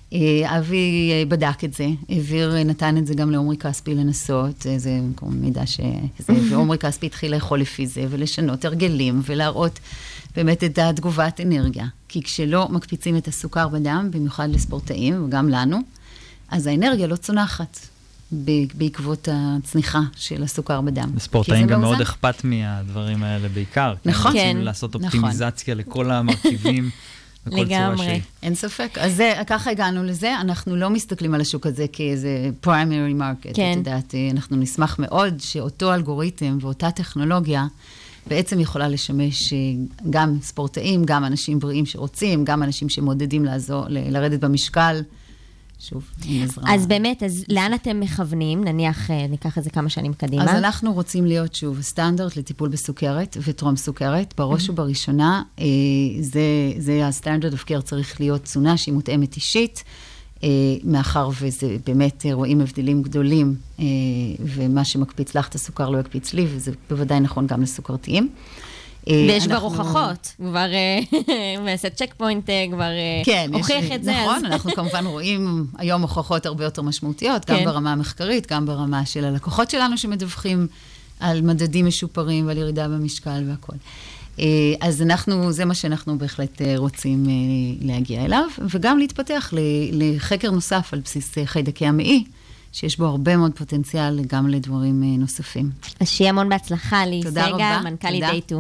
אבי בדק את זה, העביר, נתן את זה גם לעומרי כספי לנסות, זה מידע ש... ועומרי כספי התחיל לאכול לפי זה, ולשנות הרגלים, ולהראות באמת את התגובת אנרגיה. כי כשלא מקפיצים את הסוכר בדם, במיוחד לספורטאים, וגם לנו, אז האנרגיה לא צונחת בעקבות הצניחה של הסוכר בדם. לספורטאים גם מאוד אכפת מהדברים האלה בעיקר. נכון. כן. רוצים לעשות אופטימיזציה לכל המרכיבים. לגמרי, אין ספק. אז זה, ככה הגענו לזה, אנחנו לא מסתכלים על השוק הזה כאיזה primary market, כן. את יודעת, אנחנו נשמח מאוד שאותו אלגוריתם ואותה טכנולוגיה בעצם יכולה לשמש גם ספורטאים, גם אנשים בריאים שרוצים, גם אנשים שמודדים לעזור, לרדת במשקל, שוב, עם עזרה. אז באמת, אז לאן אתם מכוונים? נניח, ניקח את זה כמה שנים קדימה. אז אנחנו רוצים להיות, שוב, סטנדרט לטיפול בסוכרת וטרום סוכרת. בראש ובראשונה, זה, זה הסטנדרט of care צריך להיות תזונה שהיא מותאמת אישית, מאחר וזה באמת רואים הבדלים גדולים, ומה שמקפיץ לך את הסוכר לא יקפיץ לי, וזה בוודאי נכון גם לסוכרתיים. ויש כבר הוכחות, כבר מעשה צ'ק פוינט כבר הוכיח את זה. נכון, אנחנו כמובן רואים היום הוכחות הרבה יותר משמעותיות, גם ברמה המחקרית, גם ברמה של הלקוחות שלנו שמדווחים על מדדים משופרים ועל ירידה במשקל והכל. אז אנחנו, זה מה שאנחנו בהחלט רוצים להגיע אליו, וגם להתפתח לחקר נוסף על בסיס חיידקי המעי, שיש בו הרבה מאוד פוטנציאל גם לדברים נוספים. אז שיהיה המון בהצלחה לי, סגל, מנכ"לית דיי טו.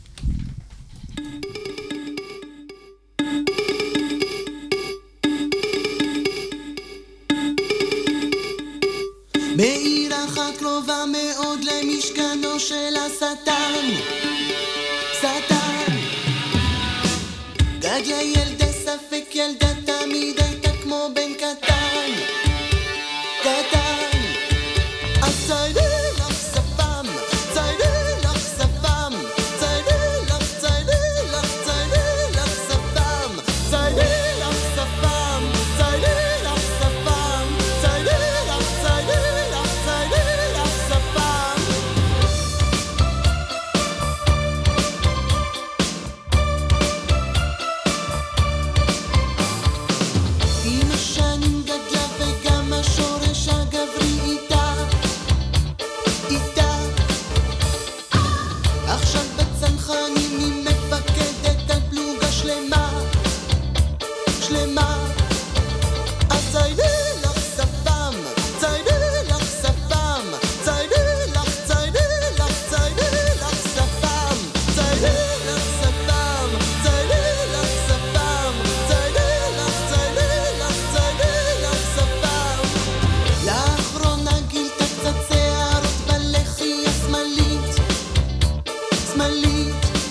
בעיר אחת קרובה מאוד למשכנו של השטן, שטן גדלה ילדה ספק ילדה תמיד הייתה כמו בן קטן, קטן אז ציידי לך שפם, ציידי לך שפם, ציידי לך, ציידי לך, ציידי לך שפם, ציידי לך שפם, ציידי לך שפם, ציידי לך, ציידי לך, ציידי לך שפם. עם השנים גדלה וגם השורש הגברי איתה, איתה. עכשיו בצנחנים היא מפקדת על פלוגה שלמה, שלמה. אז ציידי לך שפם, ציידי לך שפם, ציידי לך, ציידי לך, ציידי לך שפם, ציידי לך שפם, ציידי לך שפם, ציידי לך, ציידי לך, ציידי לך שפם. לאחרונה גילתה קצת שערות בלחי השמאלית, שמאלית.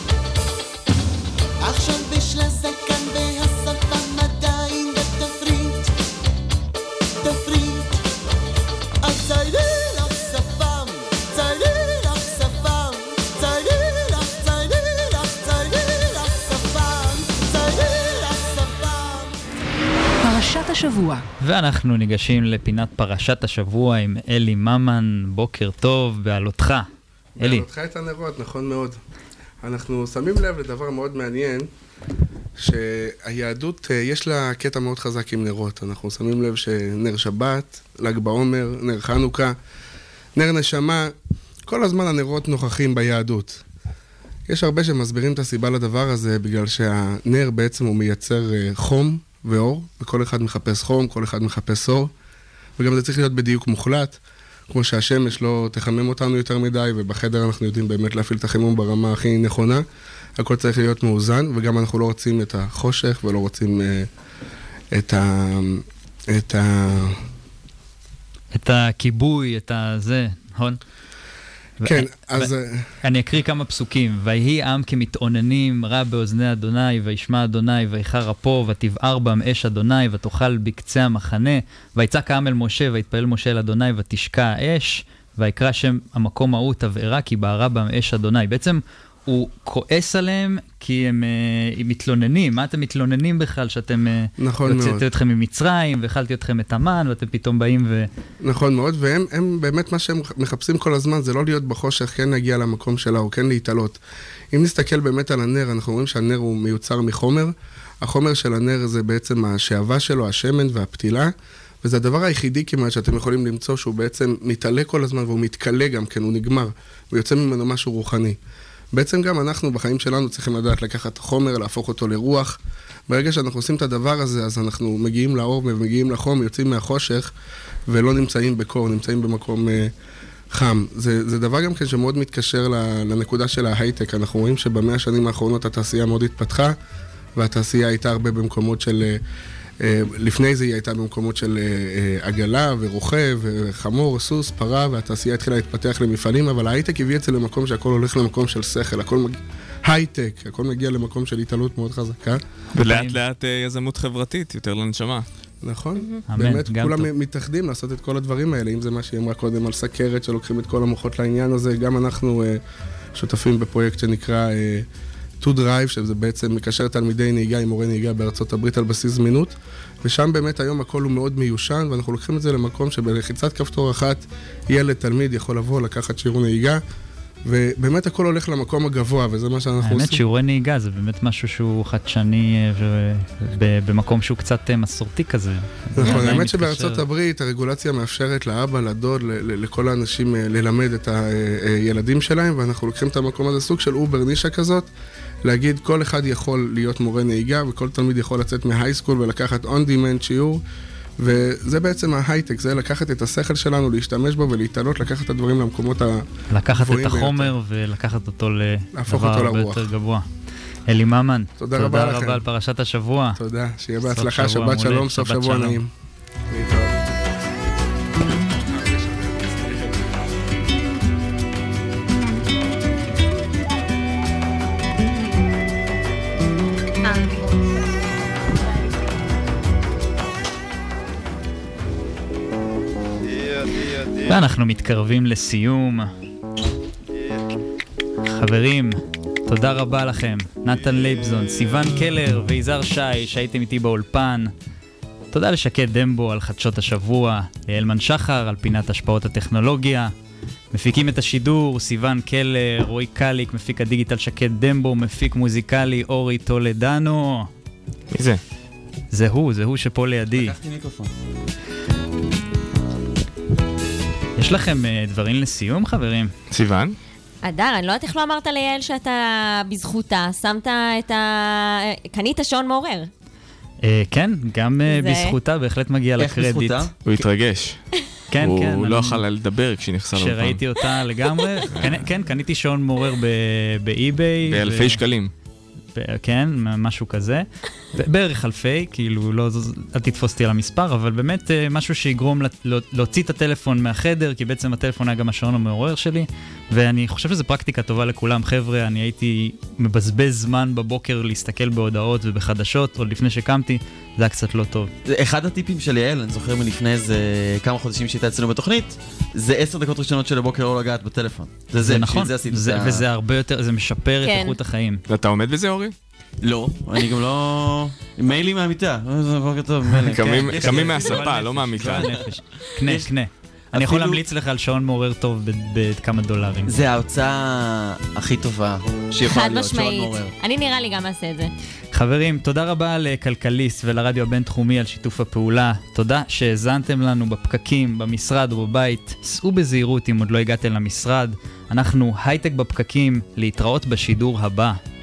עכשיו בשלה זקן והשפם עדיין בתפריט, תפריט. אז ציידי לך שפם, ציידי לך שפם, ציידי לך, ציידי לך, ציידי לך שפם, ציידי לך שפם. פרשת השבוע. ואנחנו ניגשים לפינת פרשת השבוע עם אלי ממן. בוקר טוב, בעלותך. אלי. בעלותך את הנרות, נכון מאוד. אנחנו שמים לב לדבר מאוד מעניין, שהיהדות יש לה קטע מאוד חזק עם נרות. אנחנו שמים לב שנר שבת, ל"ג בעומר, נר חנוכה, נר נשמה, כל הזמן הנרות נוכחים ביהדות. יש הרבה שמסבירים את הסיבה לדבר הזה, בגלל שהנר בעצם הוא מייצר חום ואור, וכל אחד מחפש חום, כל אחד מחפש אור, וגם זה צריך להיות בדיוק מוחלט, כמו שהשמש לא תחמם אותנו יותר מדי, ובחדר אנחנו יודעים באמת להפעיל את החימום ברמה הכי נכונה, הכל צריך להיות מאוזן, וגם אנחנו לא רוצים את החושך, ולא רוצים uh, את ה... את ה... את הכיבוי, את הזה, נכון? כן, אז... אני אקריא כמה פסוקים. ויהי עם כמתאוננים, רע באוזני אדוני, וישמע אדוני, ויחר אפו, ותבער בם אש אדוני, ותאכל בקצה המחנה, ויצעק העם אל משה, ויתפלל משה אל אדוני, ותשקע האש, ויקרא שם המקום ההוא תבערה, כי בערה בם אש אדוני. בעצם הוא כועס עליהם, כי הם uh, מתלוננים. מה אתם מתלוננים בכלל, שאתם... נכון מאוד. הוצאתי אתכם ממצרים, ואכלתי אתכם את המן, ואתם פתאום באים ו... נכון מאוד, והם הם, באמת מה שהם מחפשים כל הזמן, זה לא להיות בחושך, כן להגיע למקום שלה, או כן להתעלות. אם נסתכל באמת על הנר, אנחנו רואים שהנר הוא מיוצר מחומר, החומר של הנר זה בעצם השעבה שלו, השמן והפתילה, וזה הדבר היחידי כמעט שאתם יכולים למצוא שהוא בעצם מתעלה כל הזמן והוא מתקלה גם כן, הוא נגמר, ויוצא ממנו משהו רוחני. בעצם גם אנחנו בחיים שלנו צריכים לדעת לקחת חומר, להפוך אותו לרוח. ברגע שאנחנו עושים את הדבר הזה, אז אנחנו מגיעים לאור ומגיעים לחום, יוצאים מהחושך, ולא נמצאים בקור, נמצאים במקום אה, חם. זה, זה דבר גם כן שמאוד מתקשר לנקודה של ההייטק. אנחנו רואים שבמאה השנים האחרונות התעשייה מאוד התפתחה, והתעשייה הייתה הרבה במקומות של... לפני זה היא הייתה במקומות של עגלה ורוכב וחמור, סוס, פרה, והתעשייה התחילה להתפתח למפעלים, אבל ההייטק הביא את זה למקום שהכל הולך למקום של שכל, הכל מגיע, הייטק, הכל מגיע למקום של התעלות מאוד חזקה. ולאט לאט יזמות חברתית, יותר לנשמה. נכון, באמת כולם מתאחדים לעשות את כל הדברים האלה, אם זה מה שהיא אמרה קודם על סכרת, שלוקחים את כל המוחות לעניין הזה, גם אנחנו שותפים בפרויקט שנקרא To Drive, שזה בעצם מקשר תלמידי נהיגה עם מורה נהיגה בארצות הברית על בסיס זמינות, ושם באמת היום הכל הוא מאוד מיושן, ואנחנו לוקחים את זה למקום שבלחיצת כפתור אחת ילד, תלמיד יכול לבוא, לקחת שיעור נהיגה, ובאמת הכל הולך למקום הגבוה, וזה מה שאנחנו עושים. האמת, שיעורי נהיגה זה באמת משהו שהוא חדשני, במקום שהוא קצת מסורתי כזה. נכון, האמת שבארצות הברית הרגולציה מאפשרת לאבא, לדוד, לכל האנשים ללמד את הילדים שלהם, ואנחנו לוקחים את המקום הזה, סוג של אובר נישה כזאת, להגיד כל אחד יכול להיות מורה נהיגה, וכל תלמיד יכול לצאת מההייסקול ולקחת on-demand שיעור, וזה בעצם ההייטק, זה לקחת את השכל שלנו, להשתמש בו ולהתעלות, לקחת את הדברים למקומות הגבוהים ביותר. לקחת את החומר ולקחת אותו לדבר הרבה יותר גבוה. אלי ממן, תודה רבה לכם. תודה רבה על פרשת השבוע. תודה, שיהיה בהצלחה, שבת שלום, סוף שבוע נעים. ואנחנו מתקרבים לסיום. חברים, תודה רבה לכם. נתן לייבזון, סיוון קלר ויזהר שי שהייתם איתי באולפן. תודה לשקד דמבו על חדשות השבוע, לאלמן שחר על פינת השפעות הטכנולוגיה. מפיקים את השידור, סיוון קלר, רועי קליק, מפיק הדיגיטל שקד דמבו, מפיק מוזיקלי אורי טולדנו. מי זה? זה הוא, זה הוא שפה לידי. לקחתי מיקרופון. יש לכם uh, דברים לסיום, חברים? סיוון? אדר, אני לא יודעת איך לא אמרת ליעל שאתה בזכותה, שמת את ה... קנית שעון מעורר. Uh, כן, גם uh, זה... בזכותה, בהחלת מגיע לקרדיט. איך בזכותה? הוא התרגש. כן, הוא כן. הוא לא יכול לדבר כשהיא נכנסה לאולפן. שראיתי אותה לגמרי. כן, כן, קניתי שעון מעורר באי-ביי. באלפי ו... שקלים. כן, משהו כזה. בערך אלפי, כאילו, לא, אל תתפוס אותי על המספר, אבל באמת משהו שיגרום להוציא את הטלפון מהחדר, כי בעצם הטלפון היה גם השעון המעורר שלי, ואני חושב שזו פרקטיקה טובה לכולם. חבר'ה, אני הייתי מבזבז זמן בבוקר להסתכל בהודעות ובחדשות, עוד לפני שקמתי, זה היה קצת לא טוב. אחד הטיפים של יעל, אני זוכר מלפני איזה כמה חודשים שהייתה אצלנו בתוכנית, זה עשר דקות ראשונות של הבוקר לא לגעת בטלפון. זה זה, נכון, וזה הרבה יותר, זה משפר את איכות החיים. ואתה עומד בזה, אורי? לא, אני גם לא... מיילים מהמיטה. בוקר טוב, מיילים. קמים מהספה, לא מהמיטה. קנה, קנה. אני יכול להמליץ לך על שעון מעורר טוב בכמה דולרים. זה ההוצאה הכי טובה שיכולה להיות, שעון מעורר. אני נראה לי גם אעשה את זה. חברים, תודה רבה לכלכליסט ולרדיו הבינתחומי על שיתוף הפעולה. תודה שהזנתם לנו בפקקים, במשרד ובבית. סעו בזהירות אם עוד לא הגעתם למשרד. אנחנו הייטק בפקקים, להתראות בשידור הבא.